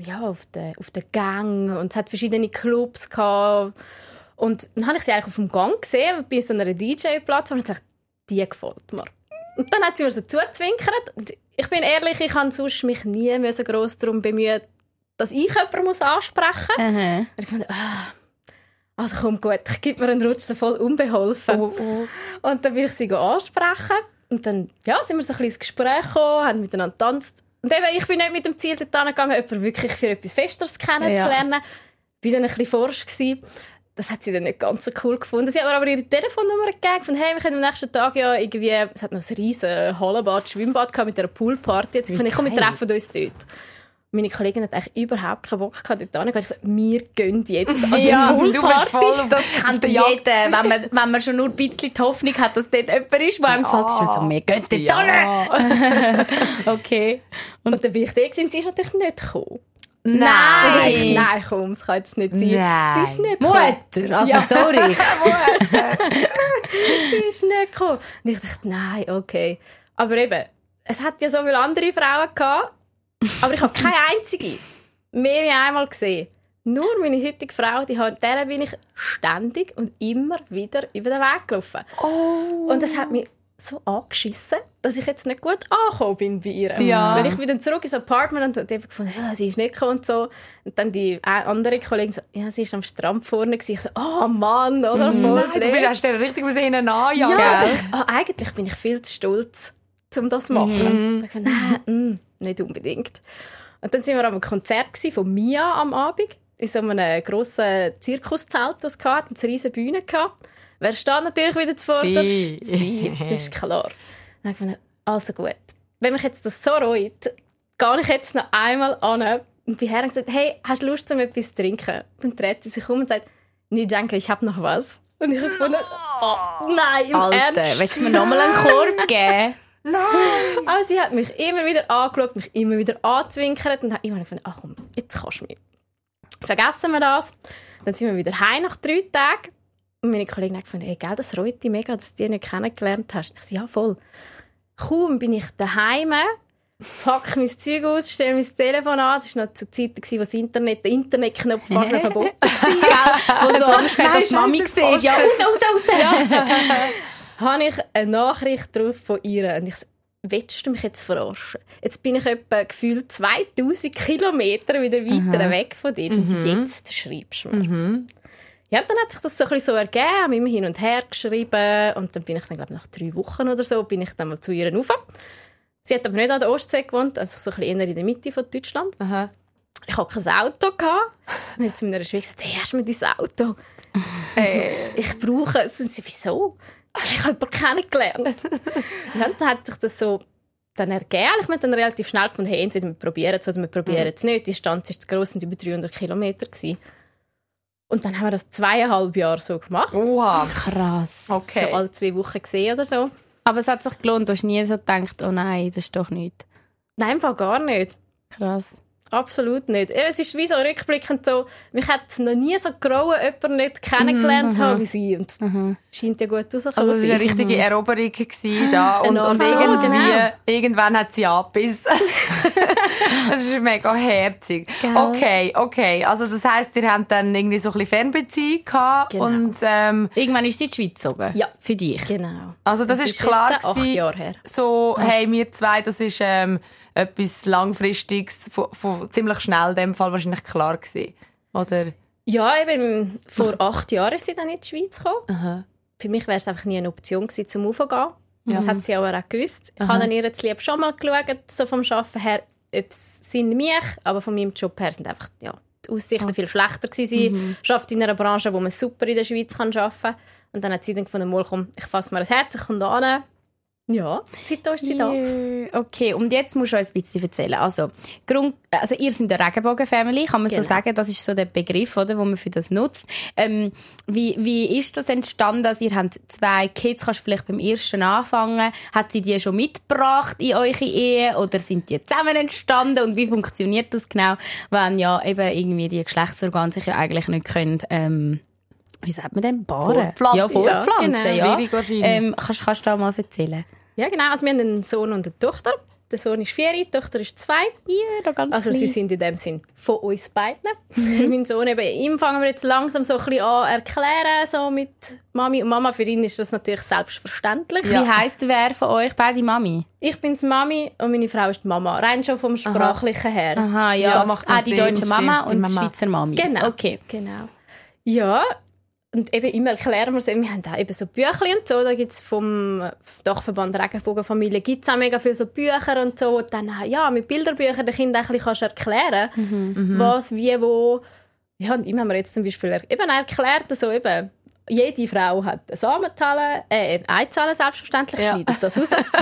Gang. Und es hat verschiedene Clubs gehabt. Und dann habe ich sie eigentlich auf dem Gang gesehen, bei so einer DJ-Plattform, und dachte, die gefällt mir. Und dann hat sie mir so zuzwinkert. Und ich bin ehrlich, ich habe sonst mich nie so gross darum bemüht, dass ich jemanden ansprechen muss. Und ich fand, also komm gut, ich gebe mir einen Rutsch so voll unbeholfen. Und dann will ich sie ansprechen. Und dann sind wir so ein bisschen ins Gespräch gekommen, haben miteinander getanzt. Und eben, ich bin nicht mit dem Ziel dorthin gegangen, jemanden wirklich für etwas Festeres kennenzulernen. Ich war dann ein bisschen forsch gewesen. Das hat sie dann nicht ganz so cool gefunden. Sie hat mir aber ihre Telefonnummer gegeben. Von, hey, wir können am nächsten Tag irgendwie... Es hat noch ein riesen Hallenbad, Schwimmbad gehabt mit einer Poolparty. Jetzt fand ich, komm, wir treffen uns dort. Meine Kollegin hat eigentlich überhaupt keinen Bock gehabt, dort hinzugehen. Ich so, wir gehen jetzt an die Poolparty. Das kennt jeder, wenn man schon nur ein bisschen die Hoffnung hat, dass dort jemand ist, wo einem gefällt. So, wir gehen dort hin. Okay. Und dann bin ich da und sie ist natürlich nicht gekommen. Nein! Nein, komm, es kann jetzt nicht sein. Nein. Sie ist nicht Mutter, also sorry. Sie ist nicht gekommen. Und ich dachte, nein, okay. Aber eben, es hat ja so viele andere Frauen gehabt, aber ich habe keine einzige mehr wie einmal gesehen. Nur meine heutige Frau, der bin ich ständig und immer wieder über den Weg gelaufen. Und das hat mich so angeschissen. dass ich jetzt nicht gut angekommen bin bei ihr. Ja. Weil ich bin dann zurück ins Apartment und habe gefunden, ja, sie ist nicht gekommen und so. Und dann die andere Kollegin so, ja, sie ist am Strand vorne gewesen. Ich so, oh Mann, oder? Voll Nein, hast dir richtig aus ihnen anjagen. ja, eigentlich bin ich viel zu stolz, um das zu machen. Ich dachte, nein, nicht unbedingt. Und dann waren wir am Konzert von Mia am Abend. In so einem grossen Zirkuszelt, das es hatte, mit einer riesen Bühne gehabt. Wer steht natürlich wieder zuvorderst? Sie, das ist klar. Dann habe ich gedacht, also gut, wenn mich jetzt das so reut, gehe ich jetzt noch einmal an und bin her und gesagt, hey, hast du Lust, etwas zu trinken? Und dann dreht sie sich um und sagt, nee, danke, ich habe noch was. Und ich habe gefunden, oh, nein, im Alter, Ernst? willst du mir nochmal einen Korb geben? Nein! Aber sie hat mich immer wieder angeschaut, mich immer wieder angezwinkert und hat immer gefunden, ach komm, jetzt kannst du mich. Vergessen wir das. Dann sind wir wieder heim nach 3 Tagen. Und meine Kollegin hat gefunden, hey, gell, das reut dich mega, dass du die nicht kennengelernt hast. Ich so, ja, voll. Kaum bin ich daheim, packe mein Zeug aus, stelle mein Telefon an. Das war noch zur Zeit, wo der Internetknopf fast noch verboten war. Wo so Angst hat, dass Mami gesehen. Ja, raus. Ja. Habe ich eine Nachricht drauf von ihr. Und ich so, willst du mich jetzt verarschen? Jetzt bin ich etwa gefühlt 2000 Kilometer wieder weiter weg von dir. Und jetzt schreibst du mir. Ja, dann hat sich das so ein bisschen so ergeben, haben immer hin und her geschrieben und dann bin ich dann, glaube ich, nach 3 Wochen oder so, bin ich dann mal zu ihr rauf. Sie hat aber nicht an der Ostsee gewohnt, also so ein bisschen eher in der Mitte von Deutschland. Aha. Ich hatte kein Auto. Dann hat sie meiner Schwester gesagt, hey, hast du mir dein Auto? Ich brauche es. Und sie, wieso? Ich habe jemanden kennengelernt. Ja, dann hat sich das so dann ergeben. Ich habe dann relativ schnell gefunden, hey, entweder wir probieren es oder wir probieren es nicht. Die Distanz war zu gross und über 300 Kilometer. Und dann haben wir das 2,5 Jahre so gemacht. Oha. Krass. Okay. So alle 2 Wochen gesehen oder so. Aber es hat sich gelohnt. Du hast nie so gedacht, oh nein, das ist doch nichts. Nein, im Fall gar nicht. Krass. Absolut nicht. Es ist wie so rückblickend so, mich hat es noch nie so grauen, jemanden nicht kennengelernt haben wie sie. Und scheint ja gut rausgekommen. Also es war eine richtige Eroberung da und irgendwann hat sie abgebissen. Das ist mega herzig. Okay. Also das heisst, ihr habt dann irgendwie so ein bisschen Fernbeziehung gehabt. Genau. Und, Irgendwann ist sie in die Schweiz gezogen? Ja. Für dich? Genau. also das ist klar jetzt 8 Jahre her. So, hey, wir zwei, das ist etwas Langfristiges, von ziemlich schnell in dem Fall wahrscheinlich klar gewesen, oder? Ja, eben vor 8 Jahren ist sie dann in die Schweiz gekommen. Für mich wäre es einfach nie eine Option gewesen, zum Aufgehen. Das hat sie aber auch gewusst. Ich habe dann ihr zu lieb schon mal geschaut, so vom Arbeiten her, ob es sind mich, aber von meinem Job her sind einfach die Aussichten viel schlechter gewesen. Sie arbeitet in einer Branche, wo man super in der Schweiz arbeiten kann. Und dann hat sie dann gefunden, mal komm, ich fasse mir das Herz, ich komme da hin. Ja, seitdem ist sie da. Okay, und jetzt musst du uns ein bisschen erzählen. Also ihr seid eine Regenbogen-Family, kann man so sagen. Das ist so der Begriff, oder, den man für das nutzt. Wie ist das entstanden? Also ihr habt 2 Kids, kannst du vielleicht beim ersten anfangen. Hat sie die schon mitgebracht in eure Ehe oder sind die zusammen entstanden? Und wie funktioniert das genau, wenn ja eben irgendwie die Geschlechtsorgane sich ja eigentlich nicht können, wie sagt man denn? Fortpflanzen. Ja, fortpflanzen. Genau. Ja. Schwierig wahrscheinlich. Kannst du da mal erzählen? Ja, genau. Also wir haben einen Sohn und eine Tochter. Der Sohn ist 4, die Tochter ist 2. Ja, ganz Also klein. sie sind in dem Sinn von uns beiden. Mein Sohn, eben, ihm fangen wir jetzt langsam so ein bisschen an erklären, so mit Mami und Mama. Für ihn ist das natürlich selbstverständlich. Wie heisst wer von euch beide Mami? Ich bin die Mami und meine Frau ist die Mama. Rein schon vom Sprachlichen her. Aha, ja. Ja, macht Die Sinn, deutsche Mama stimmt, und die die Mama. Schweizer Mami. Genau. Okay. Genau. Ja, und eben immer erklären wir es. Wir haben auch eben so Büchlein und so. Da gibt es vom Dachverband Regenbogenfamilie gibt's auch mega viele so Bücher und so. Und dann mit Bilderbüchern den Kindern ein bisschen kannst du erklären, was, wie, wo. Ja, und ihm haben wir jetzt zum Beispiel eben erklärt, so eben, jede Frau hat eine Samenzelle, Eizelle selbstverständlich, schneidet das raus. Mit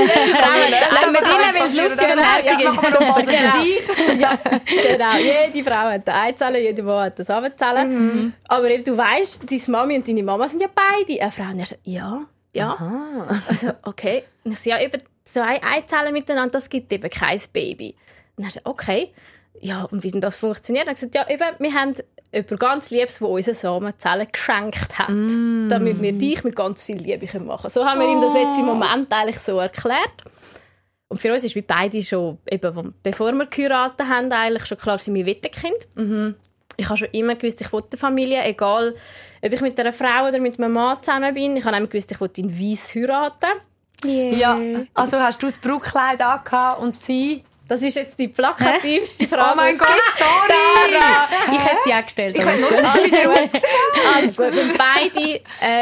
ihnen, weil es lustig und herzig ist. Genau, jede Frau hat eine Eizelle, jede Mann hat eine Samenzelle. Aber eben, du weißt, deine Mami und deine Mama sind ja beide eine Frau. Und er sagt, ja. Also, okay. Und ich sage, ja, eben 2 Eizellen miteinander, das gibt eben kein Baby. Und er sagt, okay. Ja, und wie denn das funktioniert? Er hat gesagt, ja, eben, wir haben jemand ganz Liebes, der uns eine Samenzelle geschenkt hat, damit wir dich mit ganz viel Liebe machen können. So haben wir ihm das jetzt im Moment eigentlich so erklärt. Und für uns ist wie beide schon, eben, bevor wir geheiratet haben, eigentlich schon klar, wir wollen ein Kind. Ich habe schon immer gewusst, ich will eine Familie, egal ob ich mit einer Frau oder mit einem Mann zusammen bin. Ich habe immer gewusst, ich will ihn weiss heiraten. Yeah. Ja, also hast du das Brautkleid angehabt und sie... Das ist jetzt die plakativste Frage. Oh mein Gott, sorry! Ich hätte sie auch gestellt. Ich habe nur alle wieder Also, wir haben beide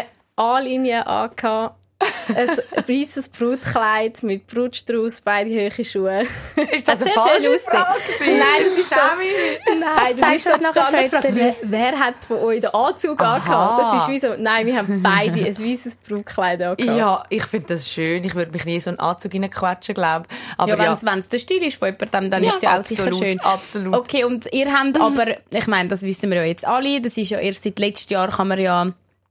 A-Linie angehabt. Ein weißes Brautkleid mit Brutstrauß, beide hohe Schuhe. Ist das sehr eine falsche schön Frage? Nein, das ist so... Nein, das ist so eine Standardfrage. Wer hat von euch den Anzug angehabt? Das ist wie so... Nein, wir haben beide ein weißes Brautkleid angehabt. Ja, ich finde das schön. Ich würde mich nie in so einen Anzug reinquetschen, glaube ich. Aber Ja, wenn es der Stil ist von jemandem, dann ist es ja auch sicher schön. Absolut. Okay, und ihr habt aber, ich meine, das wissen wir ja jetzt alle, das ist ja erst seit letztem Jahr, kann man ja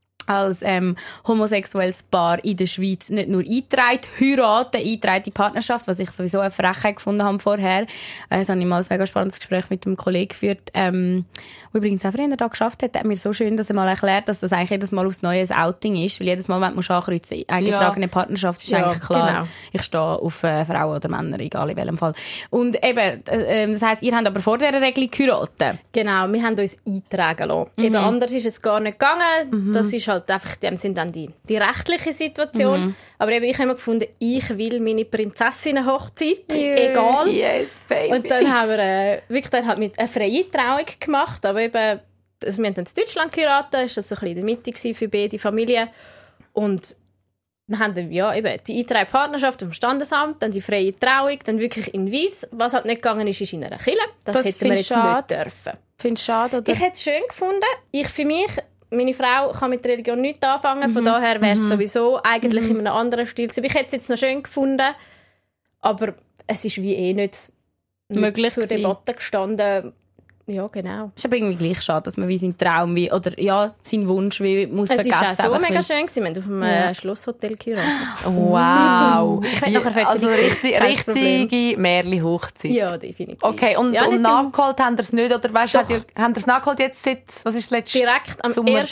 als homosexuelles Paar in der Schweiz nicht nur eingetragen, heiraten, eingetragene Partnerschaft, was ich sowieso eine Frechheit gefunden habe vorher. Das habe ich mal ein mega spannendes Gespräch mit einem Kollegen geführt, der übrigens auch früher da geschafft hat. Er hat mir so schön, dass er mal erklärt, dass das eigentlich jedes Mal aufs neue Outing ist, weil jedes Mal, wenn du ankreuzen eingetragene Partnerschaft, ist eigentlich klar, genau. Ich stehe auf Frauen oder Männer, egal in welchem Fall. Und eben, das heisst, ihr habt aber vor dieser Regelung geheiratet. Genau, wir haben uns eintragen lassen. Eben anders ist es gar nicht gegangen. Das ist halt einfach, dem sind dann die rechtliche Situation. Aber eben, ich habe immer gefunden, ich will meine Prinzessinnen-Hochzeit, egal. Yes, baby. Und dann haben wir wirklich dann halt mit einer freien Trauung gemacht, aber eben, also wir haben dann in Deutschland geheiratet, das war so ein bisschen in der Mitte für beide Familien. Und wir haben dann, ja, eben die eingetragene Partnerschaft vom Standesamt, dann die freie Trauung, dann wirklich in Weiss. Was halt nicht gegangen ist, ist in einer Kirche. Das hätten wir jetzt nicht dürfen. Findest du schade, oder? Ich hätte es schön gefunden. Ich für mich, meine Frau kann mit Religion nichts anfangen, von daher wäre es sowieso eigentlich in einem anderen Stil gewesen. Ich hätte es jetzt noch schön gefunden, aber es ist wie nicht möglich zur Debatte gestanden. Ja, genau. Es ist aber irgendwie gleich schade, dass man wie seinen Traum wie, oder ja, seinen Wunsch wie muss vergessen. Es war auch so mega schön gewesen. Wir haben auf einem Schlosshotel geheiratet. Wow. Ich will nachher also richtige Märli-Hochzeit. Ja, definitiv. Okay, und nachgeholt haben ihr es nicht? Oder weißt, haben ihr es nachgeholt jetzt seit, was ist letztes direkt am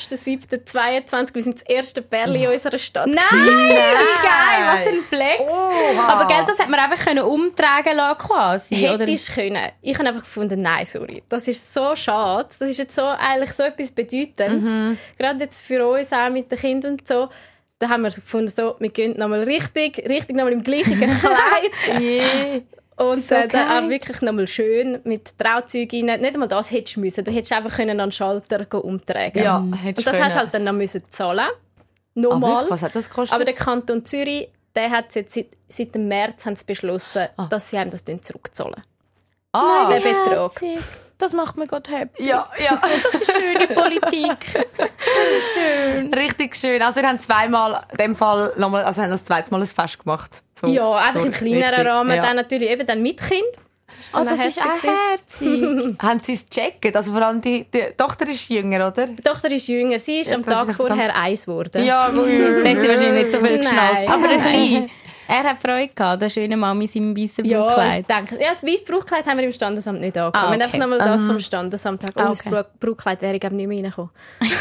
1.7.22. Wir sind das erste Pärchen in unserer Stadt. Nein! Wie geil! Was ein Flex! Aber gell, das hätte man einfach umtragen lassen quasi. Hätte ich können. Ich habe einfach gefunden, nein, sorry. Das ist so schade. Das ist jetzt so, eigentlich so etwas Bedeutendes. Gerade jetzt für uns auch mit den Kindern und so. Da haben wir gefunden, so, wir gehen nochmal richtig nochmal im gleichen Kleid. Yeah. Und so dann auch wirklich nochmal schön mit Trauzeugen. Nicht einmal das hättest du müssen. Du hättest einfach an den Schalter umtragen. Ja, und das hast du halt dann noch müssen zahlen. Nochmal. Was hat das gekostet? Aber der Kanton Zürich, der hat jetzt seit dem März haben sie beschlossen, dass sie haben das zurückzahlen. Nein, der Betrag. Das macht mir gerade happy. Ja. Das ist schöne Politik. Das ist schön. Richtig schön. Also, wir haben zweimal, in dem Fall nochmal, also haben das zweites Mal ein Fest gemacht. So, ja, einfach im kleineren richtig. Rahmen. Ja. Dann natürlich eben dann mit Kind. Das ist auch herzig. Haben sie es gecheckt? Also vor allem die Tochter ist jünger, oder? Die Tochter ist jünger. Sie ist am Tag vorher 1 geworden. Ja, gut. Dann hat sie wahrscheinlich nicht so viel geschnallt. Nein. Aber ein bisschen. Er hat Freude gehabt, der schöne Mami in seinem weißen Brautkleid. Ja, ich denke, das weiße Brautkleid haben wir im Standesamt nicht angekommen. Okay. Wir haben einfach nochmal das vom Standesamt. Das Brautkleid wäre ich glaube nicht mehr reingekommen.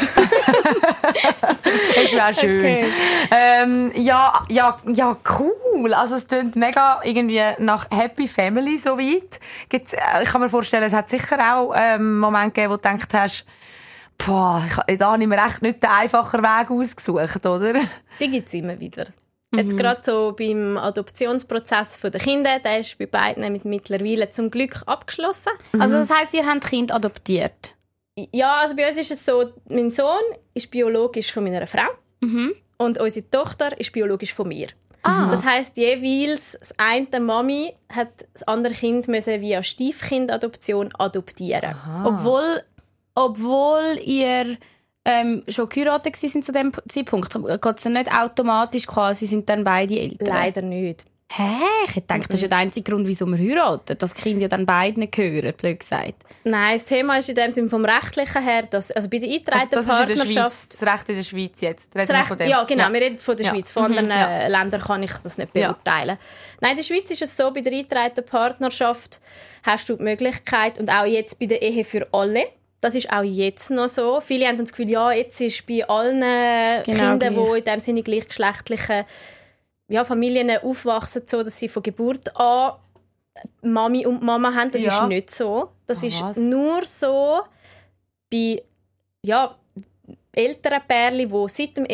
Das wäre schön. Okay. Ja, cool. Also es klingt mega irgendwie nach Happy Family so weit. Ich kann mir vorstellen, es hat sicher auch Momente gegeben, wo du gedacht hast, da habe ich mir echt nicht den einfachen Weg ausgesucht, oder? Die gibt es immer wieder. Jetzt gerade so beim Adoptionsprozess der Kinder, der ist bei beiden mittlerweile zum Glück abgeschlossen. Also das heisst, ihr habt Kind adoptiert? Ja, also bei uns ist es so, mein Sohn ist biologisch von meiner Frau und unsere Tochter ist biologisch von mir. Das heisst, jeweils das eine Mami hat das andere Kind müssen via Stiefkindadoption adoptieren. Obwohl ihr schon geheiratet sind zu dem Zeitpunkt, geht es nicht automatisch quasi, sind dann beide Eltern? Leider nicht. Hä? Ich denke, das ist ja der einzige Grund, wieso wir heiraten. Dass die Kinder ja dann beiden gehören, blöd gesagt. Nein, das Thema ist in dem Sinne vom Rechtlichen her, dass, also bei der eingetragenen Partnerschaft... Das Recht in der Schweiz jetzt. Von dem. Ja, genau, wir reden von der Schweiz. Von anderen Ländern kann ich das nicht beurteilen. Nein, in der Schweiz ist es so, bei der eingetragenen Partnerschaft hast du die Möglichkeit, und auch jetzt bei der Ehe für alle, das ist auch jetzt noch so. Viele haben das Gefühl, ja, jetzt ist bei allen Kindern, die in dem Sinne gleichgeschlechtlichen Familien aufwachsen, so, dass sie von Geburt an Mami und Mama haben. Das ist nicht so. Das ist nur so bei eben älteren Pärchen, die seit dem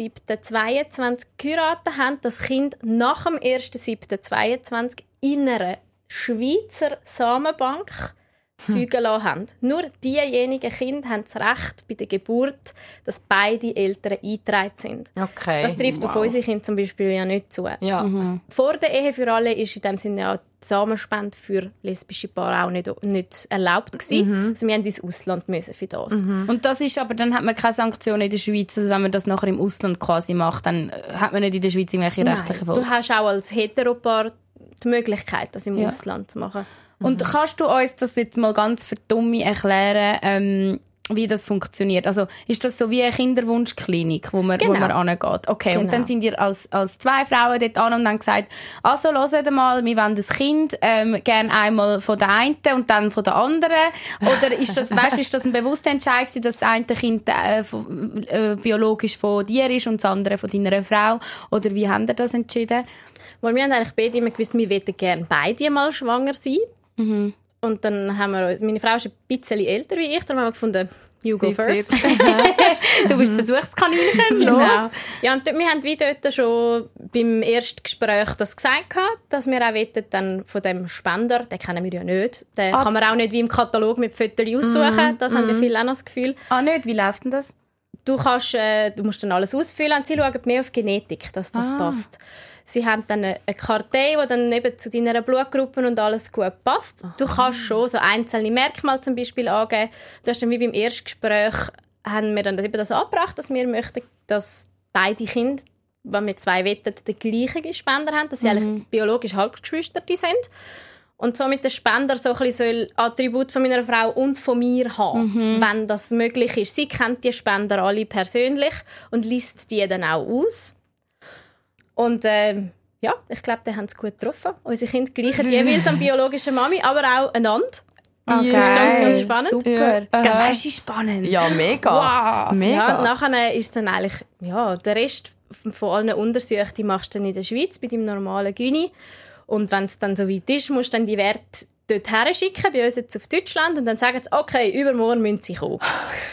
1.7.22 geheiratet haben, das Kind nach dem 1.7.22 in einer Schweizer Samenbank zeugen lassen haben. Nur diejenigen Kinder haben das Recht bei der Geburt, dass beide Eltern eingetragen sind. Okay. Das trifft auf unsere Kinder zum Beispiel ja nicht zu. Ja. Vor der Ehe für alle ist in dem Sinne ja die Samenspende für lesbische Paare auch nicht erlaubt gewesen. Also wir mussten ins Ausland für das. Und das ist aber, dann hat man keine Sanktionen in der Schweiz. Also wenn man das nachher im Ausland quasi macht, dann hat man nicht in der Schweiz irgendwelche rechtlichen Folgen. Du hast auch als Heteropaar die Möglichkeit, das im Ausland zu machen. Und kannst du uns das jetzt mal ganz für Dumme erklären, wie das funktioniert? Also ist das so wie eine Kinderwunschklinik, wo man angeht? Okay, genau. Und dann sind ihr als zwei Frauen dort an und haben gesagt, also hört mal, wir wollen das Kind gerne einmal von der einen und dann von der anderen. Oder ist das, ist das ein bewusster Entscheid gewesen, dass das eine Kind biologisch von dir ist und das andere von deiner Frau? Oder wie habt ihr das entschieden? Weil wir haben eigentlich beide immer gewusst, wir möchten gerne beide mal schwanger sein. Und dann haben wir uns, meine Frau ist ein bisschen älter wie ich, darum haben wir gefunden, you go first. Du bist Versuchskaninchen, los. Genau. Ja, und wir haben wie dort schon beim ersten Gespräch das gesagt, dass wir auch wollen, dann von dem Spender, den kennen wir ja nicht, den kann man auch nicht wie im Katalog mit Fotos aussuchen, das haben ja viele auch noch das Gefühl. Nicht? Wie läuft denn das? Du musst dann alles ausfüllen und sie schauen mehr auf Genetik, dass das passt. Sie haben dann eine Kartei, die dann eben zu deiner Blutgruppe und alles gut passt. Du kannst schon so einzelne Merkmale zum Beispiel angeben. Du hast dann wie beim Erstgespräch haben wir dann eben das angebracht, dass wir möchten, dass beide Kinder, wenn wir zwei wetten, den gleichen Spender haben, dass sie eigentlich biologisch Halbgeschwister sind. Und somit der Spender so ein bisschen Attribut von meiner Frau und von mir haben, wenn das möglich ist. Sie kennt die Spender alle persönlich und liest die dann auch aus. Und ja, ich glaube, die haben es gut getroffen. Unsere Kinder gleichen jeweils an biologischen Mami, aber auch einander. Okay. Das ist ganz, ganz spannend. Super. Ja. Das ist spannend. Ja, mega. Wow. Mega. Ja, nachher ist dann eigentlich, ja, der Rest von allen Untersuchungen, die machst du dann in der Schweiz bei deinem normalen Gyni. Und wenn es dann so weit ist, musst du dann die Werte dort her schicken, bei uns jetzt auf Deutschland. Und dann sagen sie, okay, übermorgen müssen sie kommen.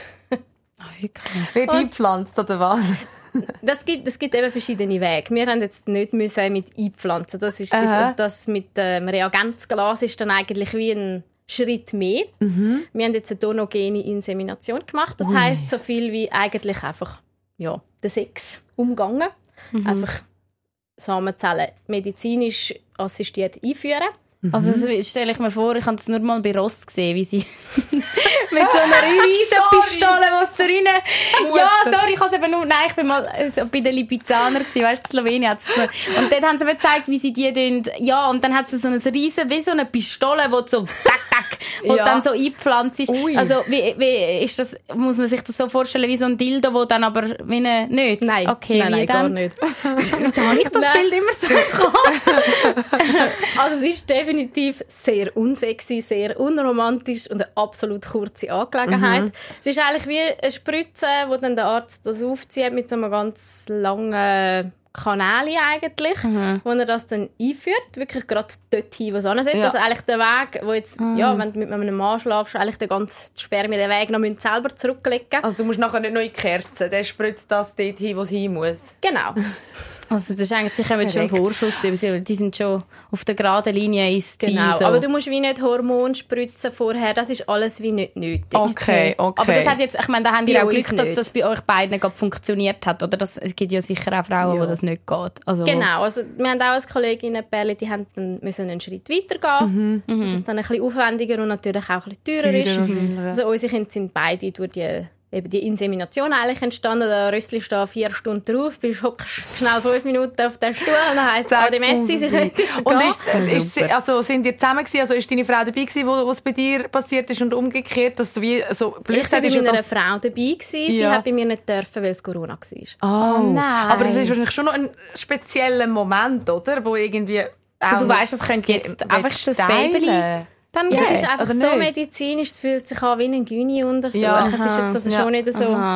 Wird eingepflanzt, oder was? Das gibt eben verschiedene Wege. Wir haben jetzt nicht müssen mit einpflanzen. Das ist das mit dem Reagenzglas ist dann eigentlich wie ein Schritt mehr. Wir haben jetzt eine donogene Insemination gemacht. Das heisst so viel wie eigentlich einfach den Sex umgangen. Einfach Samenzellen medizinisch assistiert einführen. Also stelle ich mir vor, ich habe es nur mal bei Ross gesehen, wie sie mit so einer riesen Pistole, was da rein... Ja, sorry, ich habe es eben nur... Nein, ich bin mal bei den Lipizzaner gewesen, weißt du, in Slowenien hat's so. Und dort haben sie mir gezeigt, wie sie die tun. Ja, und dann hat sie so eine riesen, wie so eine Pistole, die so wo dann so eingepflanzt ist. Ui. Also wie ist das? Muss man sich das so vorstellen wie so ein Dildo, wo dann aber wie nicht? Nein, okay, nein, gar nicht. Wieso habe ich das Bild immer so gehabt? Also es ist definitiv sehr unsexy, sehr unromantisch und eine absolut kurze Angelegenheit. Es ist eigentlich wie eine Spritze, wo dann der Arzt das aufzieht mit so einem ganz langen Kanäle eigentlich, wo er das dann einführt, wirklich gerade dorthin, wo es ansetzt. Ja. Also eigentlich der Weg, wo jetzt, wenn du mit einem Mann schlafst, eigentlich der ganze Spermien den Weg noch selber zurücklegen. Also du musst nachher nicht noch in die Kerze, der spritzt das dort hin, wo es hin muss. Genau. Also das ist eigentlich, die kommen schon im Vorschuss, die sind schon auf der geraden Linie ins Ziel. Genau, so. aber du musst wie nicht Hormone spritzen vorher, das ist alles wie nicht nötig. Okay. Aber das hat jetzt, ich meine, da haben die auch Glück, dass das bei euch beiden funktioniert hat, oder? Es gibt ja sicher auch Frauen, wo das nicht geht. Also, genau, also wir haben auch als Kolleginnen-Pärchen, die haben dann müssen einen Schritt weitergehen, das dann ein bisschen aufwendiger und natürlich auch ein bisschen teurer ist. Also unsere Kinder sind beide durch die Insemination eigentlich entstanden. Da rösselst du da 4 Stunden drauf, bist schnell 5 Minuten auf dem Stuhl und dann heisst es auch die Messi, sie könnte Und also sind ihr zusammen gewesen? Also ist deine Frau dabei gewesen, wo es bei dir passiert ist und umgekehrt, dass du wie so ich war bei meiner Frau dabei gewesen. Sie hat bei mir nicht dürfen, weil es Corona war. Oh nein! Aber das ist wahrscheinlich schon noch ein spezieller Moment, oder? Wo irgendwie also du weißt, es könnte jetzt einfach das Baby. Dann es ist einfach so medizinisch, es fühlt sich an wie ein Gyni-Untersuch. Es ist jetzt also schon nicht so...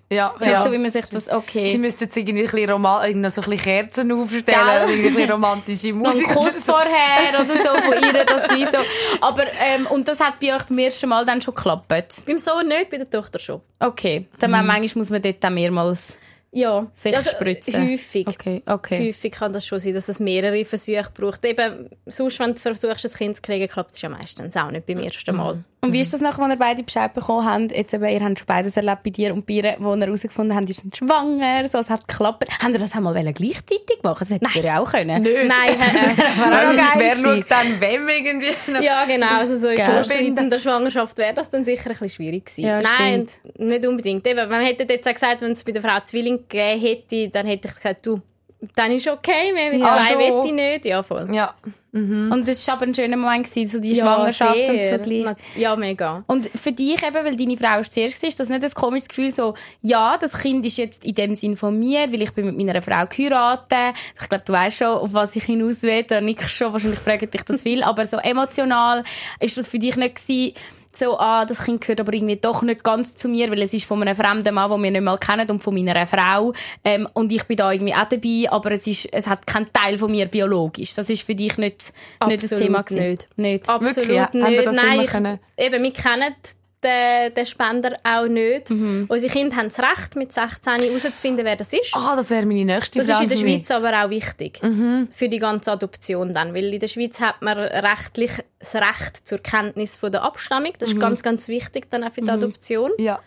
Ja. Nicht so, wie man sich das... Okay. Sie müssten jetzt irgendwie so ein bisschen Kerzen aufstellen oder irgendwie ein bisschen romantische Musik. Noch einen Kuss vorher oder so von ihr, das wie so. Aber, und das hat bei euch beim ersten Mal dann schon geklappt? Beim Sohn nicht, bei der Tochter schon. Okay. Dann manchmal muss man dort auch mehrmals... Ja, sich spritzen. Häufig. Okay. Häufig kann das schon sein, dass es mehrere Versuche braucht. Eben, sonst, wenn du versuchst, ein Kind zu kriegen, klappt es ja meistens auch nicht beim ersten Mal. Und wie ist das nachher, als ihr beide Bescheid bekommen habt? Jetzt eben, ihr habt schon beides erlebt bei dir und bei ihr, wo ihr herausgefunden habt, ihr seid schwanger, so, es hat geklappt. Habt ihr das einmal gleichzeitig machen? Das hättet ihr ja auch können. Nicht. Nein, wer schaut dann wem irgendwie? Ja, genau. Also so in der Schwangerschaft wäre das dann sicher ein bisschen schwierig gewesen. Ja, nein, nicht unbedingt. Eben, man hätte jetzt auch gesagt, wenn es bei der Frau Zwilling gegeben hätte, dann hätte ich gesagt, du, dann ist okay, mehr wie zwei will ich nicht. Ja, voll. Ja. Und das war aber ein schöner Moment gewesen, so die Schwangerschaft sehr. und so gleich. Ja, mega. Und für dich eben, weil deine Frau zuerst war, ist das nicht ein komisches Gefühl so, ja, das Kind ist jetzt in dem Sinn von mir, weil ich bin mit meiner Frau geheiratet. Ich glaube, du weißt schon, auf was ich hinaus will. Da nickst schon, wahrscheinlich fragt dich das viel. Aber so emotional ist das für dich nicht gewesen, so, das Kind gehört aber irgendwie doch nicht ganz zu mir, weil es ist von einem fremden Mann, den wir nicht mal kennen, und von meiner Frau. Und ich bin da irgendwie auch dabei, aber es hat keinen Teil von mir biologisch. Das ist für dich nicht das Thema gewesen. Nicht. Absolut Wirklich, nicht. Nein, wir kennen den Spender auch nicht. Unsere Kinder haben das Recht, mit 16 herauszufinden, wer das ist. Das wäre meine nächste Frage. Das ist in der Schweiz aber auch wichtig für die ganze Adoption dann, weil in der Schweiz hat man rechtlich das Recht zur Kenntnis von der Abstammung. Das ist ganz, ganz wichtig dann auch für die Adoption. Ja.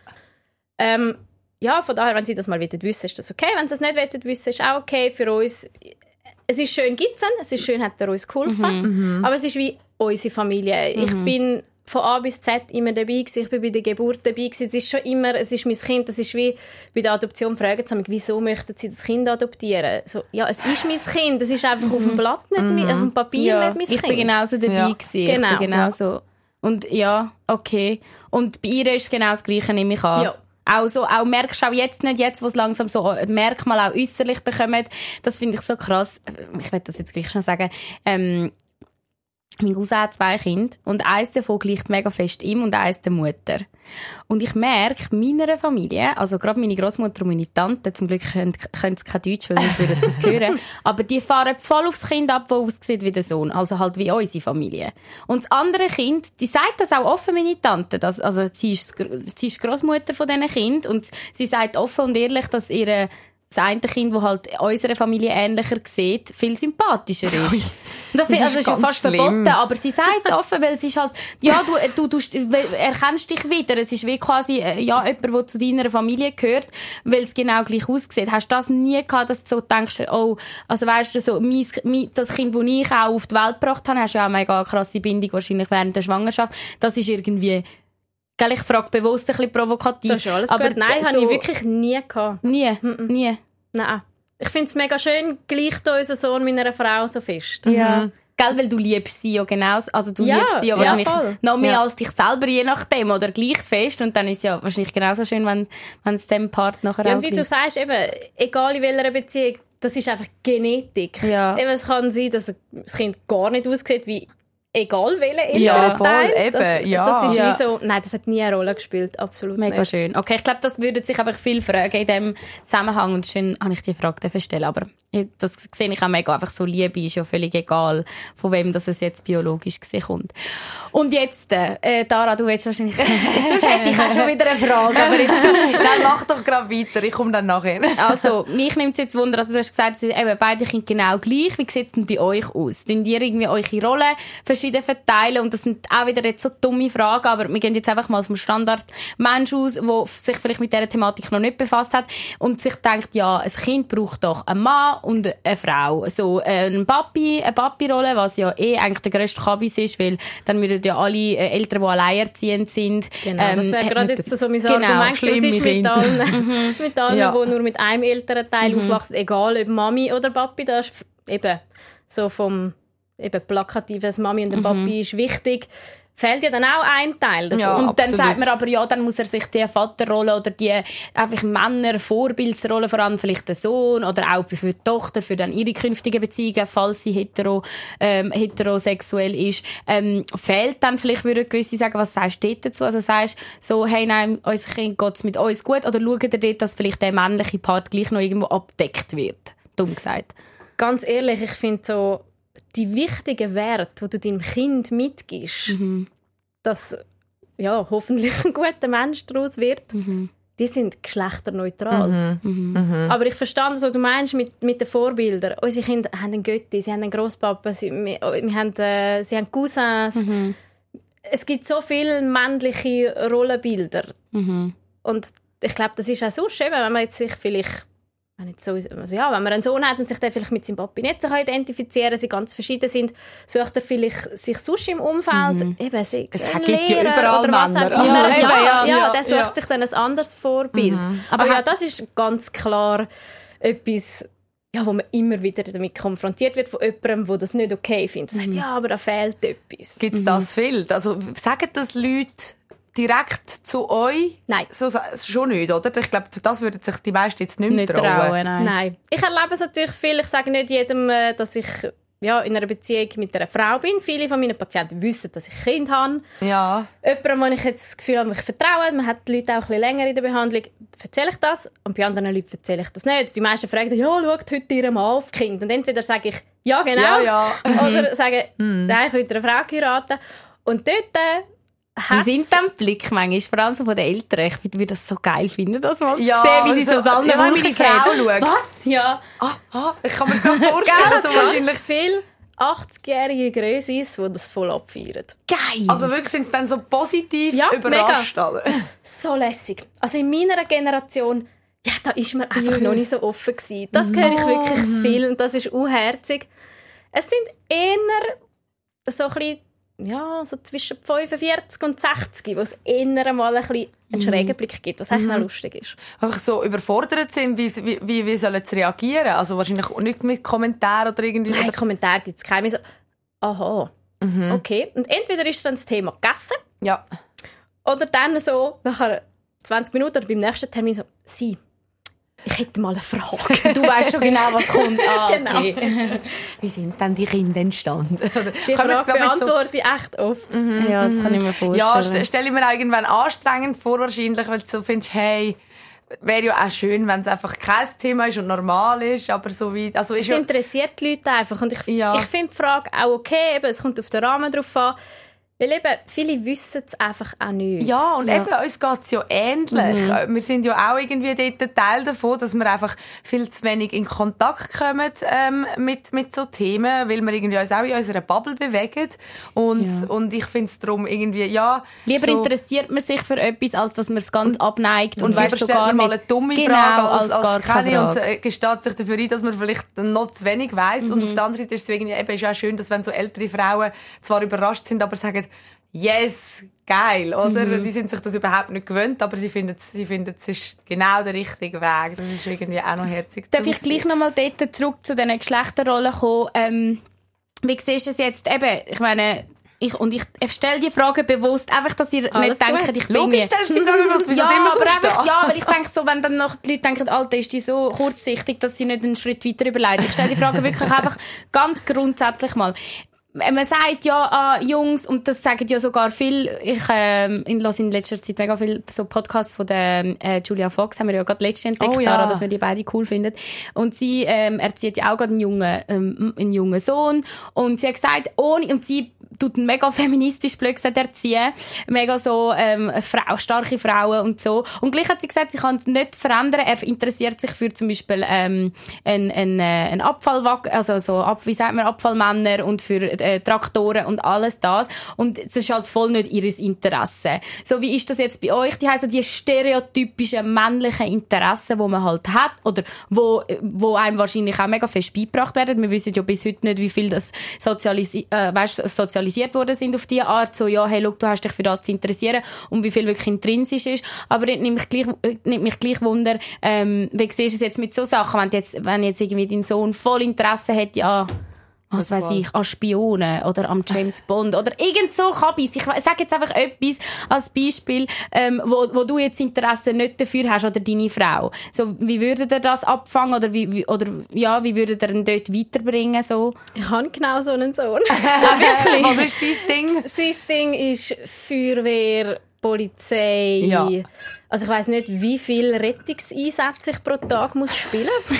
Ja, von daher, wenn sie das mal wissen, ist das okay. Wenn sie es nicht wissen, ist auch okay für uns. Es ist schön, gibt's ihn. Es ist schön, hat er uns geholfen. Aber es ist wie unsere Familie. Ich bin von A bis Z immer dabei gewesen. Ich bin bei der Geburt dabei gewesen. Es ist schon immer, es ist mein Kind. Das ist wie bei der Adoption fragen sie mich, wieso möchten sie das Kind adoptieren? So, ja, es ist mein Kind. Es ist einfach auf dem Blatt nicht, auf dem Papier nicht mein Kind. Ich bin genauso dabei gewesen. Genau. Ich bin genauso. Und ja, okay. Und bei ihr ist es genau das Gleiche, nehme ich an. Ja. Auch merkst du auch jetzt, wo es langsam so Merkmale auch äußerlich bekommen. Das finde ich so krass. Ich will das jetzt gleich schon sagen. Mein Cousin hat 2 Kinder und eins davon gleicht mega fest ihm und eins der Mutter. Und ich merke, meiner Familie, also gerade meine Großmutter und meine Tante, zum Glück können sie kein Deutsch, weil sie würden es hören, aber die fahren voll aufs Kind ab, das aussieht wie der Sohn, also halt wie unsere Familie. Und das andere Kind, die sagt das auch offen, meine Tante, also sie ist die Großmutter von diesen Kindern und sie sagt offen und ehrlich, dass ihre das eine Kind, das halt unserer Familie ähnlicher sieht, viel sympathischer ist. Das ist ja fast verboten, aber sie sagt es offen, weil es ist halt, ja, du erkennst dich wieder. Es ist wie quasi, ja, jemand, der zu deiner Familie gehört, weil es genau gleich aussieht. Hast du das nie gehabt, dass du so denkst, oh, also weißt du, so, das Kind, das ich auch auf die Welt gebracht habe, hast du ja auch eine mega krasse Bindung, wahrscheinlich während der Schwangerschaft. Das ist irgendwie, ich frage bewusst ein bisschen provokativ. Das ist alles aber gut. Nein, so, habe ich wirklich nie gehabt. Nie? Nein. Ich finde es mega schön, gleicht unser Sohn meiner Frau so fest. Ja. Gell, weil du liebst sie ja genauso. Also du liebst sie ja wahrscheinlich noch mehr als dich selber, je nachdem. Oder gleich fest. Und dann ist es ja wahrscheinlich genauso schön, wenn es dem Part nachher auch wie du sagst, eben, egal in welcher Beziehung, das ist einfach Genetik. Ja. Eben, es kann sein, dass das Kind gar nicht aussieht wie egal welcher ja, voll, Teil. eben, das ist wie so, nein, das hat nie eine Rolle gespielt, absolut mega nicht. Schön. Okay, ich glaube, das würden sich einfach viel fragen in diesem Zusammenhang und schön habe ich die Frage stellen, aber das sehe ich auch mega, einfach so Liebe ist ja völlig egal, von wem das es jetzt biologisch gesehen kommt. Und jetzt, Tara, du willst wahrscheinlich, sonst hätte ich auch schon wieder eine Frage, aber jetzt dann mach doch gerade weiter, ich komme dann nachher. Also, mich nimmt es jetzt Wunder, also du hast gesagt, eben, beide Kinder genau gleich, wie sieht es denn bei euch aus? Tun ihr irgendwie eure Rollen verschieden verteilen? Und das sind auch wieder jetzt so dumme Fragen, aber wir gehen jetzt einfach mal vom Standard-Mensch aus, der sich vielleicht mit dieser Thematik noch nicht befasst hat und sich denkt, ja, ein Kind braucht doch einen Mann und eine Frau. So, eine Papi-Rolle, was ja eigentlich der grösste Kabis ist, weil dann würden ja alle Eltern, die alleinerziehend sind. Genau, das wäre gerade jetzt so mein Argument. Das ist mit allen, die nur mit einem Elternteil aufwachsen, egal ob Mami oder Papi, das ist eben so vom eben plakatives Mami und der Papi ist wichtig. fehlt ja dann auch ein Teil davon. Ja, und absolut. dann sagt man aber, ja, dann muss er sich die Vaterrolle oder die einfach Männer-Vorbildsrolle, vor allem vielleicht der Sohn oder auch für die Tochter, für dann ihre künftigen Beziehungen, falls sie heterosexuell ist, fehlt dann vielleicht, würde gewisse sagen, was sagst du dazu? Also sagst du so, hey, nein, unser Kind geht es mit uns gut, oder schaut ihr dort, dass vielleicht der männliche Part gleich noch irgendwo abgedeckt wird? Dumm gesagt. Ganz ehrlich, ich finde so, die wichtigen Werte, die du deinem Kind mitgibst, dass ja, hoffentlich ein guter Mensch daraus wird, die sind geschlechterneutral. Aber ich verstehe, was du meinst mit den Vorbildern. Unsere Kinder haben einen Götti, sie haben einen Grosspapa, sie haben Cousins. Es gibt so viele männliche Rollenbilder. Und ich glaube, das ist auch so schön, wenn man jetzt sich vielleicht wenn man einen Sohn hat und sich der vielleicht mit seinem Papi nicht so identifizieren kann, sie ganz verschieden sind, sucht er vielleicht sich sonst im Umfeld, eben sei es ein gibt ja Lehrer überall oder was auch Männer. immer. Der sucht sich dann ein anderes Vorbild. Aber ja, das ist ganz klar etwas, ja, wo man immer wieder damit konfrontiert wird von jemandem, der das nicht okay findet. Und sagt, ja, aber da fehlt etwas. Gibt es das viel? Also sagen das Leute direkt zu euch? Nein. So, schon nicht, oder? Ich glaube, das würden sich die meisten jetzt nicht mehr trauen. Nein. Ich erlebe es natürlich viel. Ich sage nicht jedem, dass ich in einer Beziehung mit einer Frau bin. Viele von meinen Patienten wissen, dass ich ein Kind habe. Ja. Jemandem, wo ich jetzt das Gefühl habe, ich vertraue, man hat die Leute auch ein bisschen länger in der Behandlung, erzähle ich das. Und bei anderen Leuten erzähle ich das nicht. Die meisten fragen, ja, schaut heute ihr Mann auf Kind. Und entweder sage ich, ja, genau. Ja. Oder sage, nein, ich will eine Frau heiraten. Und dort wie sind dann die Blicke manchmal, vor allem so von den Eltern? Ich würde das so geil finden, das mal Ja, sehen, wie sie so also, alle meine Frau schaut. Was? Ja. Ich kann mir das gerade vorstellen. So wahrscheinlich ganz viele 80-jährige Grössis, die das voll abfeiern. Geil! Also wirklich sind sie dann so positiv überrascht. Alle. So lässig. Also in meiner Generation, ja, da ist man einfach noch nicht so offen gewesen. Das höre ich wirklich viel und das ist unherzig. Es sind eher so ein bisschen, ja, so zwischen 45 und 60, wo es eher mal ein bisschen einen schrägen Blick gibt, was eigentlich auch lustig ist. Einfach so überfordert sind, wie sollen sie reagieren? Also wahrscheinlich nicht mit Kommentaren oder irgendwie... Nein, Kommentare gibt es keine. So, aha, okay. Und entweder ist dann das Thema gegessen, ja. oder dann so, nachher 20 Minuten oder beim nächsten Termin so, sie, ich hätte mal eine Frage. Du weißt schon genau, was kommt. Genau. Okay. Wie sind denn die Kinder entstanden? Die Frage beantworte ich echt oft. Ja, das kann ich mir vorstellen. Ja, stelle ich mir irgendwann anstrengend vor, wahrscheinlich, weil du so findest, hey, wäre ja auch schön, wenn es einfach kein Thema ist und normal ist, aber so wie... Also es interessiert die Leute einfach und ich finde die Frage auch okay, eben, es kommt auf den Rahmen drauf an. Weil eben, viele wissen es einfach auch nicht. Ja, und eben, uns geht es ja ähnlich. Wir sind ja auch irgendwie dort ein Teil davon, dass wir einfach viel zu wenig in Kontakt kommen mit so Themen, weil wir irgendwie uns auch in unserer Bubble bewegen. Und ich finde es darum irgendwie, ja... Lieber so, interessiert man sich für etwas, als dass man es ganz abneigt. Und weißt lieber stellt man mal eine dumme Frage als keine und Frage. gesteht sich dafür ein, dass man vielleicht noch zu wenig weiss. Und auf der anderen Seite ist es irgendwie eben auch schön, dass wenn so ältere Frauen zwar überrascht sind, aber sagen, yes, geil, oder? Die sind sich das überhaupt nicht gewöhnt, aber sie finden, es ist genau der richtige Weg. Das ist irgendwie auch noch herzig. Darf ich gleich noch mal dort zurück zu diesen Geschlechterrollen kommen? Wie siehst du es jetzt? Eben, ich meine, ich stelle die Frage bewusst, einfach, dass ihr nicht denkt, ich bin... Logisch stellst du die Frage bewusst, wieso immer so einfach, ja, weil ich denke so, wenn dann noch die Leute denken, Alter, ist die so kurzsichtig, dass sie nicht einen Schritt weiter überlegen. Ich stelle die Frage wirklich einfach ganz grundsätzlich mal. Man sagt ja, Jungs, und das sagen ja sogar viele, ich höre in letzter Zeit mega viele so Podcasts von der Julia Fox, haben wir ja gerade letztens entdeckt, daran, dass wir die beide cool finden. Und sie erzieht ja auch gerade einen jungen Sohn. Und sie hat gesagt, und sie tut ihn mega feministisch blöd erziehen, mega so starke Frauen und so. Und gleich hat sie gesagt, sie kann es nicht verändern. Er interessiert sich für zum Beispiel einen Abfallwagen, also so wie sagt man, Abfallmänner und für Traktoren und alles das. Und es ist halt voll nicht ihres Interesse. So, wie ist das jetzt bei euch? Die heißen die stereotypischen männlichen Interessen, die man halt hat oder wo einem wahrscheinlich auch mega fest beigebracht werden. Wir wissen ja bis heute nicht, wie viel das sozialisiert worden sind auf diese Art. So, ja, hey, look, du hast dich für das zu interessieren und wie viel wirklich intrinsisch ist. Aber nimmt mich gleich Wunder, wie siehst du es jetzt mit so Sachen? Wenn jetzt irgendwie dein Sohn voll Interesse hätte was weiss ich, an Spionen oder am James Bond oder irgend so Kabis. Ich sage jetzt einfach etwas als Beispiel, wo du jetzt Interesse nicht dafür hast oder deine Frau. So, wie würdet ihr das abfangen oder wie würdet ihr ihn dort weiterbringen? So? Ich habe genau so einen Sohn. Wirklich? Was ist sein Ding? Sein Ding ist Feuerwehr, Polizei. Ja. Also ich weiss nicht, wie viele Rettungseinsätze ich pro Tag muss spielen muss.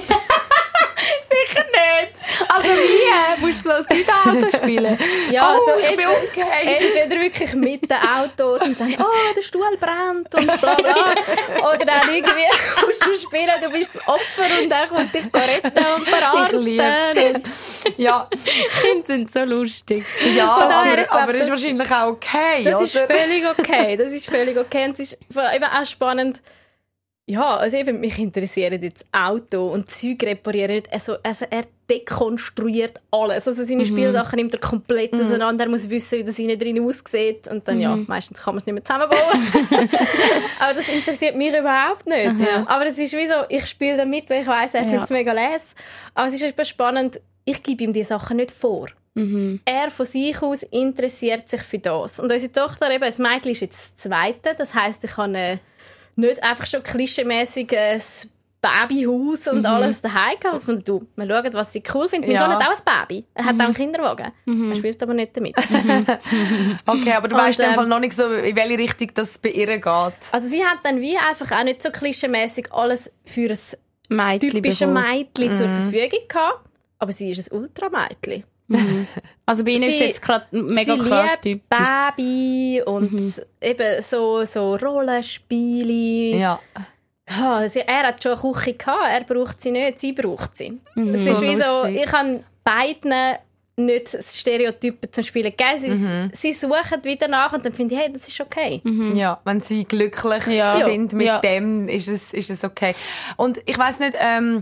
Sicher nicht. Also wie? Musst du so das Auto spielen? Ja, Oh, also ich bin okay. entweder wirklich mit den Autos und dann der Stuhl brennt und bla bla. Oder dann irgendwie musst du spielen, du bist das Opfer und er kommt dich retten und verarzten. Ja, Kinder sind so lustig. ja, daher, ich glaub, aber ist wahrscheinlich auch okay, Das oder? ist völlig okay. Das ist völlig okay. Und es ist eben auch spannend. Ja, also eben, mich interessiert jetzt Auto und Zeug reparieren. Also er dekonstruiert alles. Also seine Spielsachen nimmt er komplett auseinander. Er muss wissen, wie das innen drin aussieht. Und dann, ja, meistens kann man es nicht mehr zusammenbauen. Aber das interessiert mich überhaupt nicht. Ja. Aber es ist wie so, ich spiele damit, weil ich weiss, er findet es mega les. Aber es ist eben spannend, ich gebe ihm die Sachen nicht vor. Er von sich aus interessiert sich für das. Und unsere Tochter, eben, das Mädchen ist jetzt das Zweite. Das heisst, ich habe nicht einfach schon klischeemäßig ein Babyhaus und alles daheim gehabt. Von du, mal schauen, was sie cool findet. Mein Sohn hat auch ein Baby. Er hat auch einen Kinderwagen. Er spielt aber nicht damit. Okay, aber du weißt in dem Fall noch nicht so, in welche Richtung das bei ihr geht. Also sie hat dann wie einfach auch nicht so klischeemäßig alles für ein Mädchen typisches bekommen. Mädchen zur Verfügung gehabt. Aber sie ist ein Ultramädchen. Also bei Ihnen ist jetzt gerade mega krass sie typisch. liebt Baby und eben so Rollenspiele. Ja. Ja, er hat schon eine Küche gehabt, er braucht sie nicht, sie braucht sie. Es ist So wie so, lustig. ich habe beiden nicht Stereotypen zum Spielen gegeben. Sie suchen wieder nach und dann finde ich, hey, das ist okay. Ja, wenn sie glücklich sind mit dem, ist es okay. Und ich weiss nicht,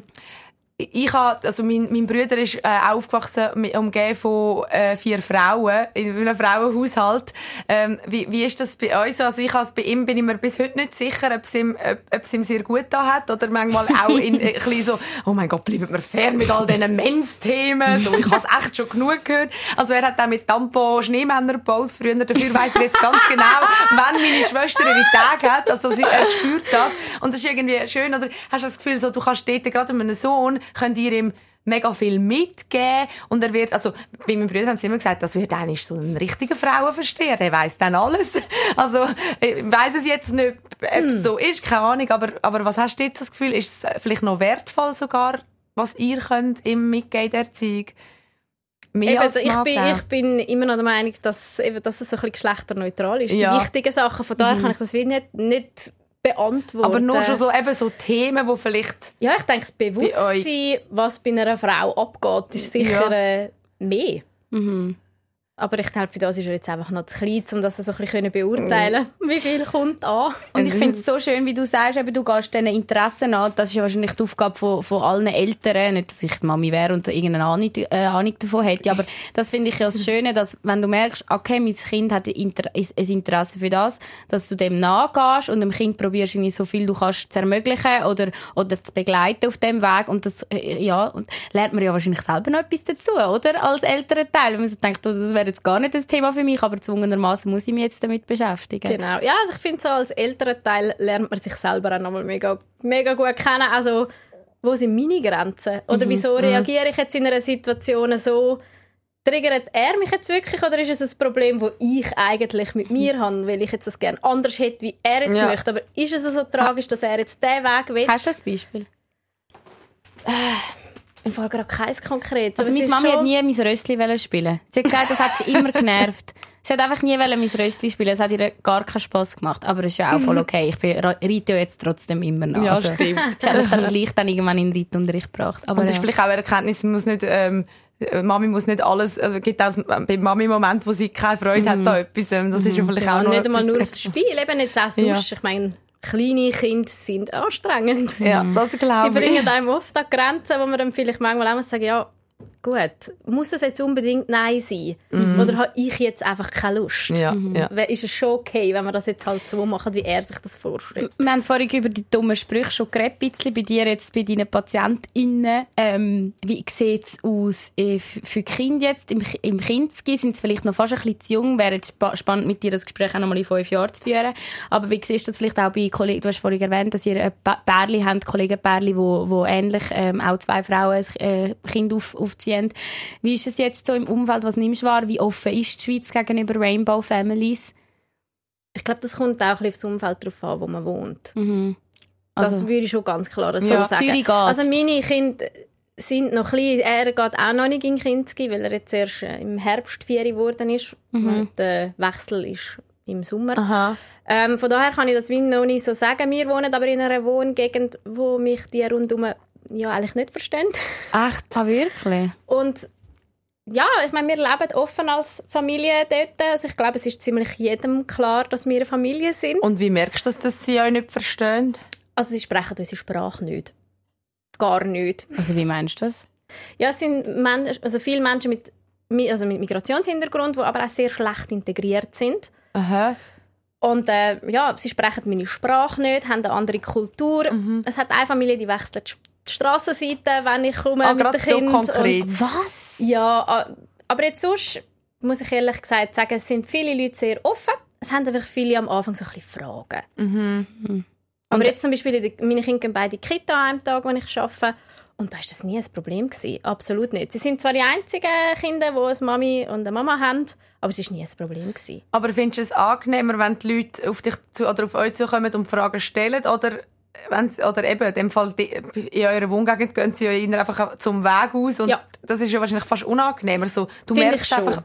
mein Bruder ist aufgewachsen umgeben von 4 Frauen in einem Frauenhaushalt. Wie ist das bei uns? Also bei ihm bin ich mir bis heute nicht sicher, ob es ihm sehr gut da hat oder manchmal auch ein bisschen so, oh mein Gott, bleibt mir fern mit all diesen Mens-Themen. So, ich habe es echt schon genug gehört. Also er hat auch mit Tampon Schneemänner gebaut früher. Dafür weiss er jetzt ganz genau, wann meine Schwester ihre Tage hat. Also er spürt das. Und das ist irgendwie schön. Oder hast du das Gefühl, so, du kannst dort gerade mit einem Sohn, könnt ihr ihm mega viel mitgeben und er wird, also bei meinen Brüdern haben sie immer gesagt, das wird eigentlich so ein richtiger Frauenversteher, der weiss dann alles. Also ich weiss es jetzt nicht, ob es so ist, keine Ahnung, aber was hast du jetzt das Gefühl, ist es vielleicht noch wertvoll sogar, was ihr könnt ihm mitgeben in der Erziehung? Mehr als ich bin immer noch der Meinung, dass es so ein bisschen geschlechterneutral ist. Ja. Die wichtigen Sachen, von daher kann ich das wie nicht beantworten. Aber nur schon so, eben so Themen, die vielleicht... Ja, ich denke, das Bewusstsein, was bei einer Frau abgeht, ist sicher mehr. Aber ich glaube, für das ist er jetzt einfach noch zu klein, um das so ein bisschen beurteilen können, wie viel kommt an. Und ich finde es so schön, wie du sagst, eben, du gehst diesen Interessen an. Das ist ja wahrscheinlich die Aufgabe von allen Eltern. Nicht, dass ich die Mami wäre und irgendeine Ahnung davon hätte. Aber das finde ich ja das Schöne, dass wenn du merkst, okay, mein Kind hat ein Interesse für das, dass du dem nachgehst und dem Kind probierst, irgendwie so viel du kannst zu ermöglichen oder zu begleiten auf dem Weg. Und das, und lernt man ja wahrscheinlich selber noch etwas dazu, oder? Als Elternteil. Wenn man so denkt, das wäre jetzt gar nicht das Thema für mich, aber zwungenermaßen muss ich mich jetzt damit beschäftigen. Genau. Ja, also ich finde, so als Elternteil lernt man sich selber auch nochmal mega, mega gut kennen. Also, wo sind meine Grenzen? Oder wieso reagiere ich jetzt in einer Situation so? Triggert er mich jetzt wirklich oder ist es ein Problem, das ich eigentlich mit mir habe, weil ich jetzt das gerne anders hätte, wie er jetzt möchte? Aber ist es so tragisch, dass er jetzt diesen Weg will? Hast du ein Beispiel? Im Fall gerade keins konkret. Also meine Mami hat nie mein Rössli spielen. Sie hat gesagt, das hat sie immer genervt. Sie hat einfach nie mein Rössli spielen. Es hat ihr gar keinen Spass gemacht. Aber es ist ja auch voll okay. Ich reite ja jetzt trotzdem immer nach. Ja, also, stimmt. Sie hat mich dann gleich irgendwann in den Reitunterricht gebracht. Aber Und das ist vielleicht auch eine Erkenntnis, man muss nicht, Mami muss nicht alles, also es gibt auch bei Mami Momente, wo sie keine Freude hat an etwas. Das ist ja vielleicht auch noch nicht einmal etwas. nur aufs Spiel, eben jetzt auch sonst. Ja. Ich meine, kleine Kinder sind anstrengend. Ja, das Sie glaube ich. bringen einem oft an Grenzen, wo man dann vielleicht manchmal auch muss sagen, ja, gut, muss es jetzt unbedingt Nein sein? Oder habe ich jetzt einfach keine Lust? Ja. Ist es schon okay, wenn wir das jetzt halt so machen, wie er sich das vorstellt? Wir haben vorhin über die dummen Sprüche schon geredet, ein bisschen bei dir jetzt, bei deinen PatientInnen. Wie sieht es aus für Kinder jetzt? Im Kinski sind sie vielleicht noch fast ein bisschen zu jung. Wäre jetzt spannend, mit dir das Gespräch auch noch mal in 5 Jahren zu führen. Aber wie siehst du das vielleicht auch bei Kollegen? Du hast vorhin erwähnt, dass ihr ein Pärchen habt, Kollegenpärchen, wo ähnlich auch 2 Frauen ein Kind aufziehen. Wie ist es jetzt so im Umfeld? Was nimmst du wahr? Wie offen ist die Schweiz gegenüber Rainbow Families? Ich glaube, das kommt auch ein bisschen aufs Umfeld drauf an, wo man wohnt. Mhm. Das würde ich schon ganz klar so sagen. Zürich geht's. Also meine Kinder sind noch klein. Er geht auch noch nicht in Kinski, weil er jetzt erst im Herbst 4 geworden ist. Der Wechsel ist im Sommer. Aha. Von daher kann ich das noch nicht so sagen. Wir wohnen aber in einer Wohngegend, wo mich die rundherum eigentlich nicht verstehen. Echt? Ah, wirklich? Und ja, ich meine, wir leben offen als Familie dort. Also ich glaube, es ist ziemlich jedem klar, dass wir eine Familie sind. Und wie merkst du, dass sie euch nicht verstehen? Also sie sprechen unsere Sprache nicht. Gar nicht. Also wie meinst du das? Ja, es sind viele Menschen mit Migrationshintergrund, die aber auch sehr schlecht integriert sind. Aha. Und sie sprechen meine Sprache nicht, haben eine andere Kultur. Es hat eine Familie, die wechselt die Strassenseite, wenn ich komme mit den Kindern. So konkret. Was? Ja, aber jetzt sonst muss ich ehrlich gesagt sagen, es sind viele Leute sehr offen. Es haben einfach viele am Anfang so ein bisschen Fragen. Aber jetzt zum Beispiel, meine Kinder gehen beide in die Kita an einem Tag, wenn ich arbeite. Und da war das nie ein Problem gewesen. Absolut nicht. Sie sind zwar die einzigen Kinder, die eine Mami und eine Mama haben, aber es war nie ein Problem gewesen. Aber findest du es angenehmer, wenn die Leute auf dich oder auf euch zukommen und Fragen stellen? Oder eben, in dem Fall in eurer Wohngegend gehen sie ja einfach zum Weg aus und das ist ja wahrscheinlich fast unangenehmer. So, du merkst einfach,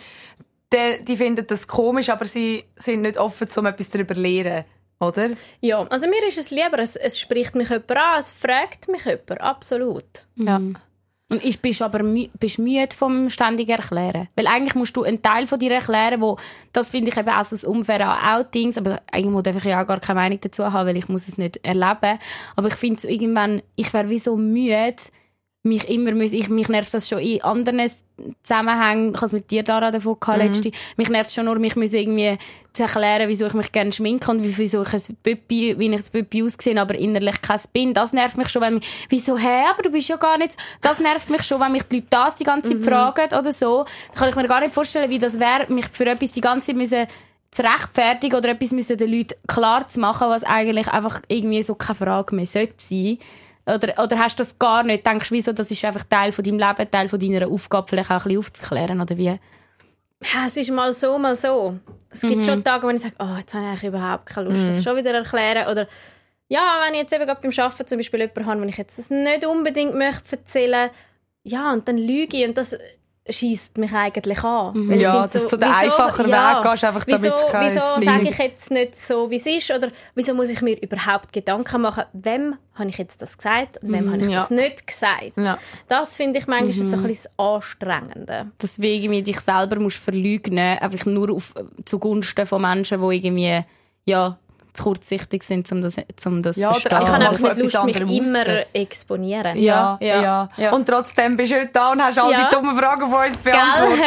die finden das komisch, aber sie sind nicht offen, um etwas darüber zu lernen. Oder? Ja, also mir ist es lieber, es spricht mich jemand an, es fragt mich jemand, absolut. Ja. Und bist du aber müde vom ständigen Erklären? Weil eigentlich musst du einen Teil von dir erklären, wo, das finde ich eben auch so das Unfaire an Outings, aber eigentlich darf ich ja auch gar keine Meinung dazu haben, weil ich muss es nicht erleben. Aber ich finde so irgendwann, ich wäre wie so müde, mich nervt das schon in anderen Zusammenhängen. Ich habe es mit dir davon gehabt, letzte. Mich nervt schon nur, mich irgendwie zu erklären, wieso ich mich gerne schminke und wieso ich wie ich das Püppi aussehe, aber innerlich kein bin. Das nervt mich schon, wenn wieso, aber du bist ja gar nicht. Das nervt mich schon, wenn mich die Leute das die ganze Zeit fragen oder so. Da kann ich mir gar nicht vorstellen, wie das wäre, mich für etwas die ganze Zeit zu rechtfertigen oder etwas den Leuten klar zu machen, was eigentlich einfach irgendwie so keine Frage mehr sein sollte. Oder hast du das gar nicht? Denkst du, wieso, das ist einfach Teil von deinem Leben, Teil von deiner Aufgabe, vielleicht auch ein bisschen aufzuklären, oder wie? Ja, es ist mal so, mal so. Es gibt schon Tage, wo ich sage, jetzt habe ich eigentlich überhaupt keine Lust, das schon wieder erklären. Oder ja, wenn ich jetzt eben gerade beim Arbeiten zum Beispiel jemanden habe, wenn ich jetzt das nicht unbedingt möchte erzählen, ja, und dann lüge ich und das scheisst mich eigentlich an. Weil ja, dass du den einfachen Weg gehst, einfach damit es kein wieso sage ich jetzt nicht so, wie es ist? Oder wieso muss ich mir überhaupt Gedanken machen, wem habe ich jetzt das gesagt und wem habe ich das nicht gesagt? Ja. Das finde ich manchmal so ein bisschen das Anstrengende. Dass du irgendwie dich selber musst verleugnen, einfach nur zugunsten von Menschen, die irgendwie, zu kurzsichtig sind, um das zu verstehen. Ich habe einfach nicht Lust, mich immer exponieren. Ja. Und trotzdem bist du heute da und hast all die dummen Fragen von uns beantwortet.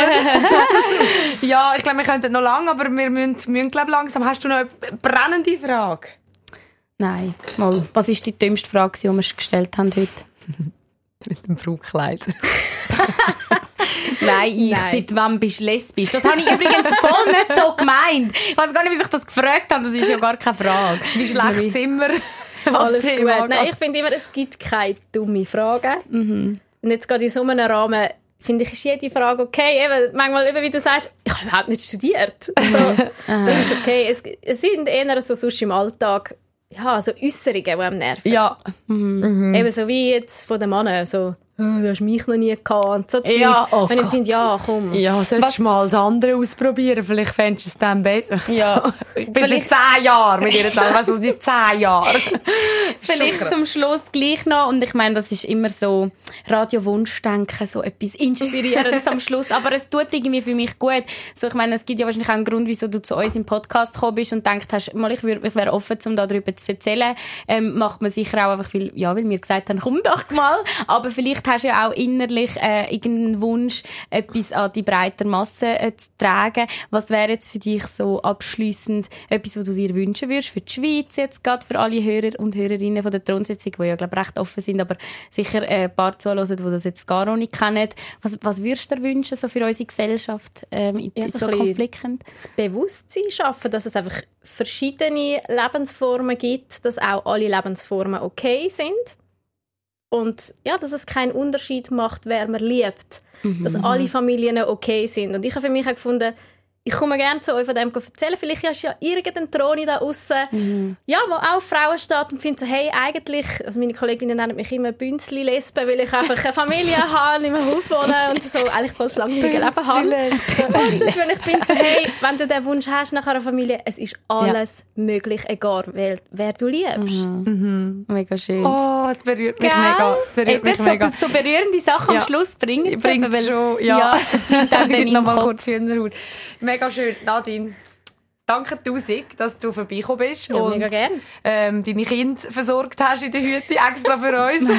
Ja, ich glaube, wir könnten noch lange, aber wir müssen glaube langsam. Hast du noch eine brennende Frage? Nein. Mal. Was ist die dümmste Frage, die wir gestellt haben heute? Mit dem Brautkleid. Nein, seit wann bist du lesbisch? Das habe ich übrigens voll nicht so gemeint. Ich weiß gar nicht, wie sich das gefragt haben. Das ist ja gar keine Frage. Wie schlecht sind wir? Alles gut. Nein, ich finde immer, es gibt keine dummen Fragen. Und jetzt gerade in so einem Rahmen finde ich, ist jede Frage okay. Eben, manchmal, wie du sagst, ich habe überhaupt nicht studiert. Also, das ist okay. Es sind eher so sonst im Alltag so Äußerungen, die einem nerven. Ja. Eben so wie jetzt von den Männern. So, du hast mich noch nie gehabt. Und so wenn ich finde, komm. Ja, solltest du mal das andere ausprobieren. Vielleicht fändest du es dann besser. Ja. Ich bin in 10 Jahren mit ihr zusammen. Also nicht 10 Jahre. Vielleicht zum Schluss gleich noch. Und ich meine, das ist immer so Radio-Wunschdenken, so etwas Inspirierendes am Schluss. Aber es tut irgendwie für mich gut. So, ich meine, es gibt ja wahrscheinlich auch einen Grund, wieso du zu uns im Podcast gekommen bist und gedacht hast, ich wäre offen, um darüber zu erzählen. Macht man sicher auch einfach, weil wir gesagt haben, komm doch mal. Aber vielleicht hast ja auch innerlich irgendeinen Wunsch, etwas an die breite Masse zu tragen. Was wäre jetzt für dich so abschliessend etwas, was du dir wünschen würdest für die Schweiz jetzt gerade, für alle Hörer und Hörerinnen von der Thronsitzung, die ja glaube recht offen sind, aber sicher ein paar zuhören, die das jetzt gar noch nicht kennen. Was würdest du dir wünschen so für unsere Gesellschaft in so Konflikten? Das Bewusstsein schaffen, dass es einfach verschiedene Lebensformen gibt, dass auch alle Lebensformen okay sind und ja, dass es keinen Unterschied macht, wer man liebt, dass alle Familien okay sind. Und ich habe für mich auch gefunden, ich komme gerne zu euch von dem erzählen. Vielleicht hast du ja irgendeinen Troni da aussen, ja, wo auch Frauen steht und findet so, hey, eigentlich, also meine Kolleginnen nennen mich immer Bünzli-Lesbe, weil ich einfach eine Familie habe, in einem Haus wohne und so eigentlich voll das langweilige Leben habe. Und ich finde so, hey, wenn du den Wunsch hast nach einer Familie, es ist alles möglich, egal wer du liebst. Mega schön. Oh, das berührt mich mega. Das berührt mich mega. So berührende Sachen am Schluss bringen. Bringt es schon, ja. Das bringt dann noch mal kurz Hühnerhaut. Mega schön. Nadine, danke 1000, dass du vorbeigekommen bist ja, und mega gerne. Deine Kinder versorgt hast in der Hütte, extra für uns.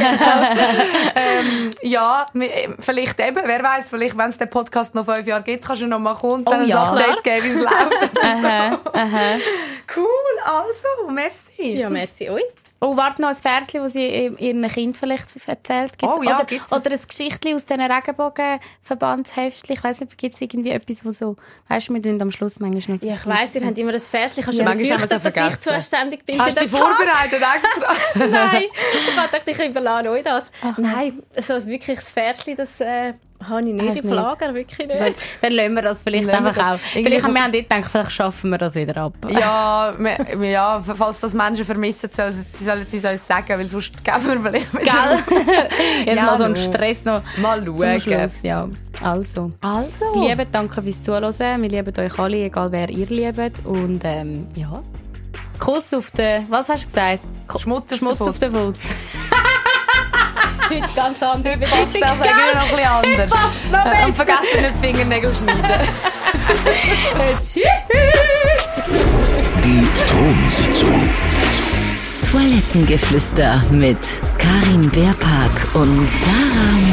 Ja, vielleicht eben, wer weiß, vielleicht, wenn es den Podcast noch 5 Jahre gibt, kannst du noch mal kommen und dann ein Update geben, wie es läuft. Cool, also, merci. Ja, merci euch. Oh, warte noch ein Verschen, das sie ihren Kind vielleicht erzählt. Gibt's, gibt's oder ein Geschichtchen aus diesen Regenbogenverbandsheftchen. Ich weiss nicht, gibt es irgendwie etwas, wo so, weißt du, wir tun am Schluss manchmal noch so. Ja, ich weiss, ihr habt immer ein Verschen. Kannst du mir fürchten, dass ich zuständig bin? Hast du dich vorbereitet extra? Nein, ich dachte, ich überlasse euch das. Nein, so ein wirkliches Verschen, das habe ich nicht im Lager, wirklich nicht. Dann lassen wir das vielleicht einfach auch. Vielleicht haben wir dort gedacht, vielleicht schaffen wir das wieder ab. Ja, falls das Menschen vermissen, sollen sie es sagen, weil sonst geben wir vielleicht Gell? Jetzt mal so einen Stress noch mal schauen. Schluss. Ja. Also. Liebe, danke fürs Zuhören. Wir lieben euch alle, egal wer ihr liebt. Und ja. Kuss auf den, was hast du gesagt? Schmutz auf den Wutz. Heute ganz andere Bedingungen. Das sagen wir noch ein bisschen anders. Und vergessen nicht Fingernägel schneiden. Tschüss! Die Thronsitzung. Toilettengeflüster mit Karin Beerpark und Dara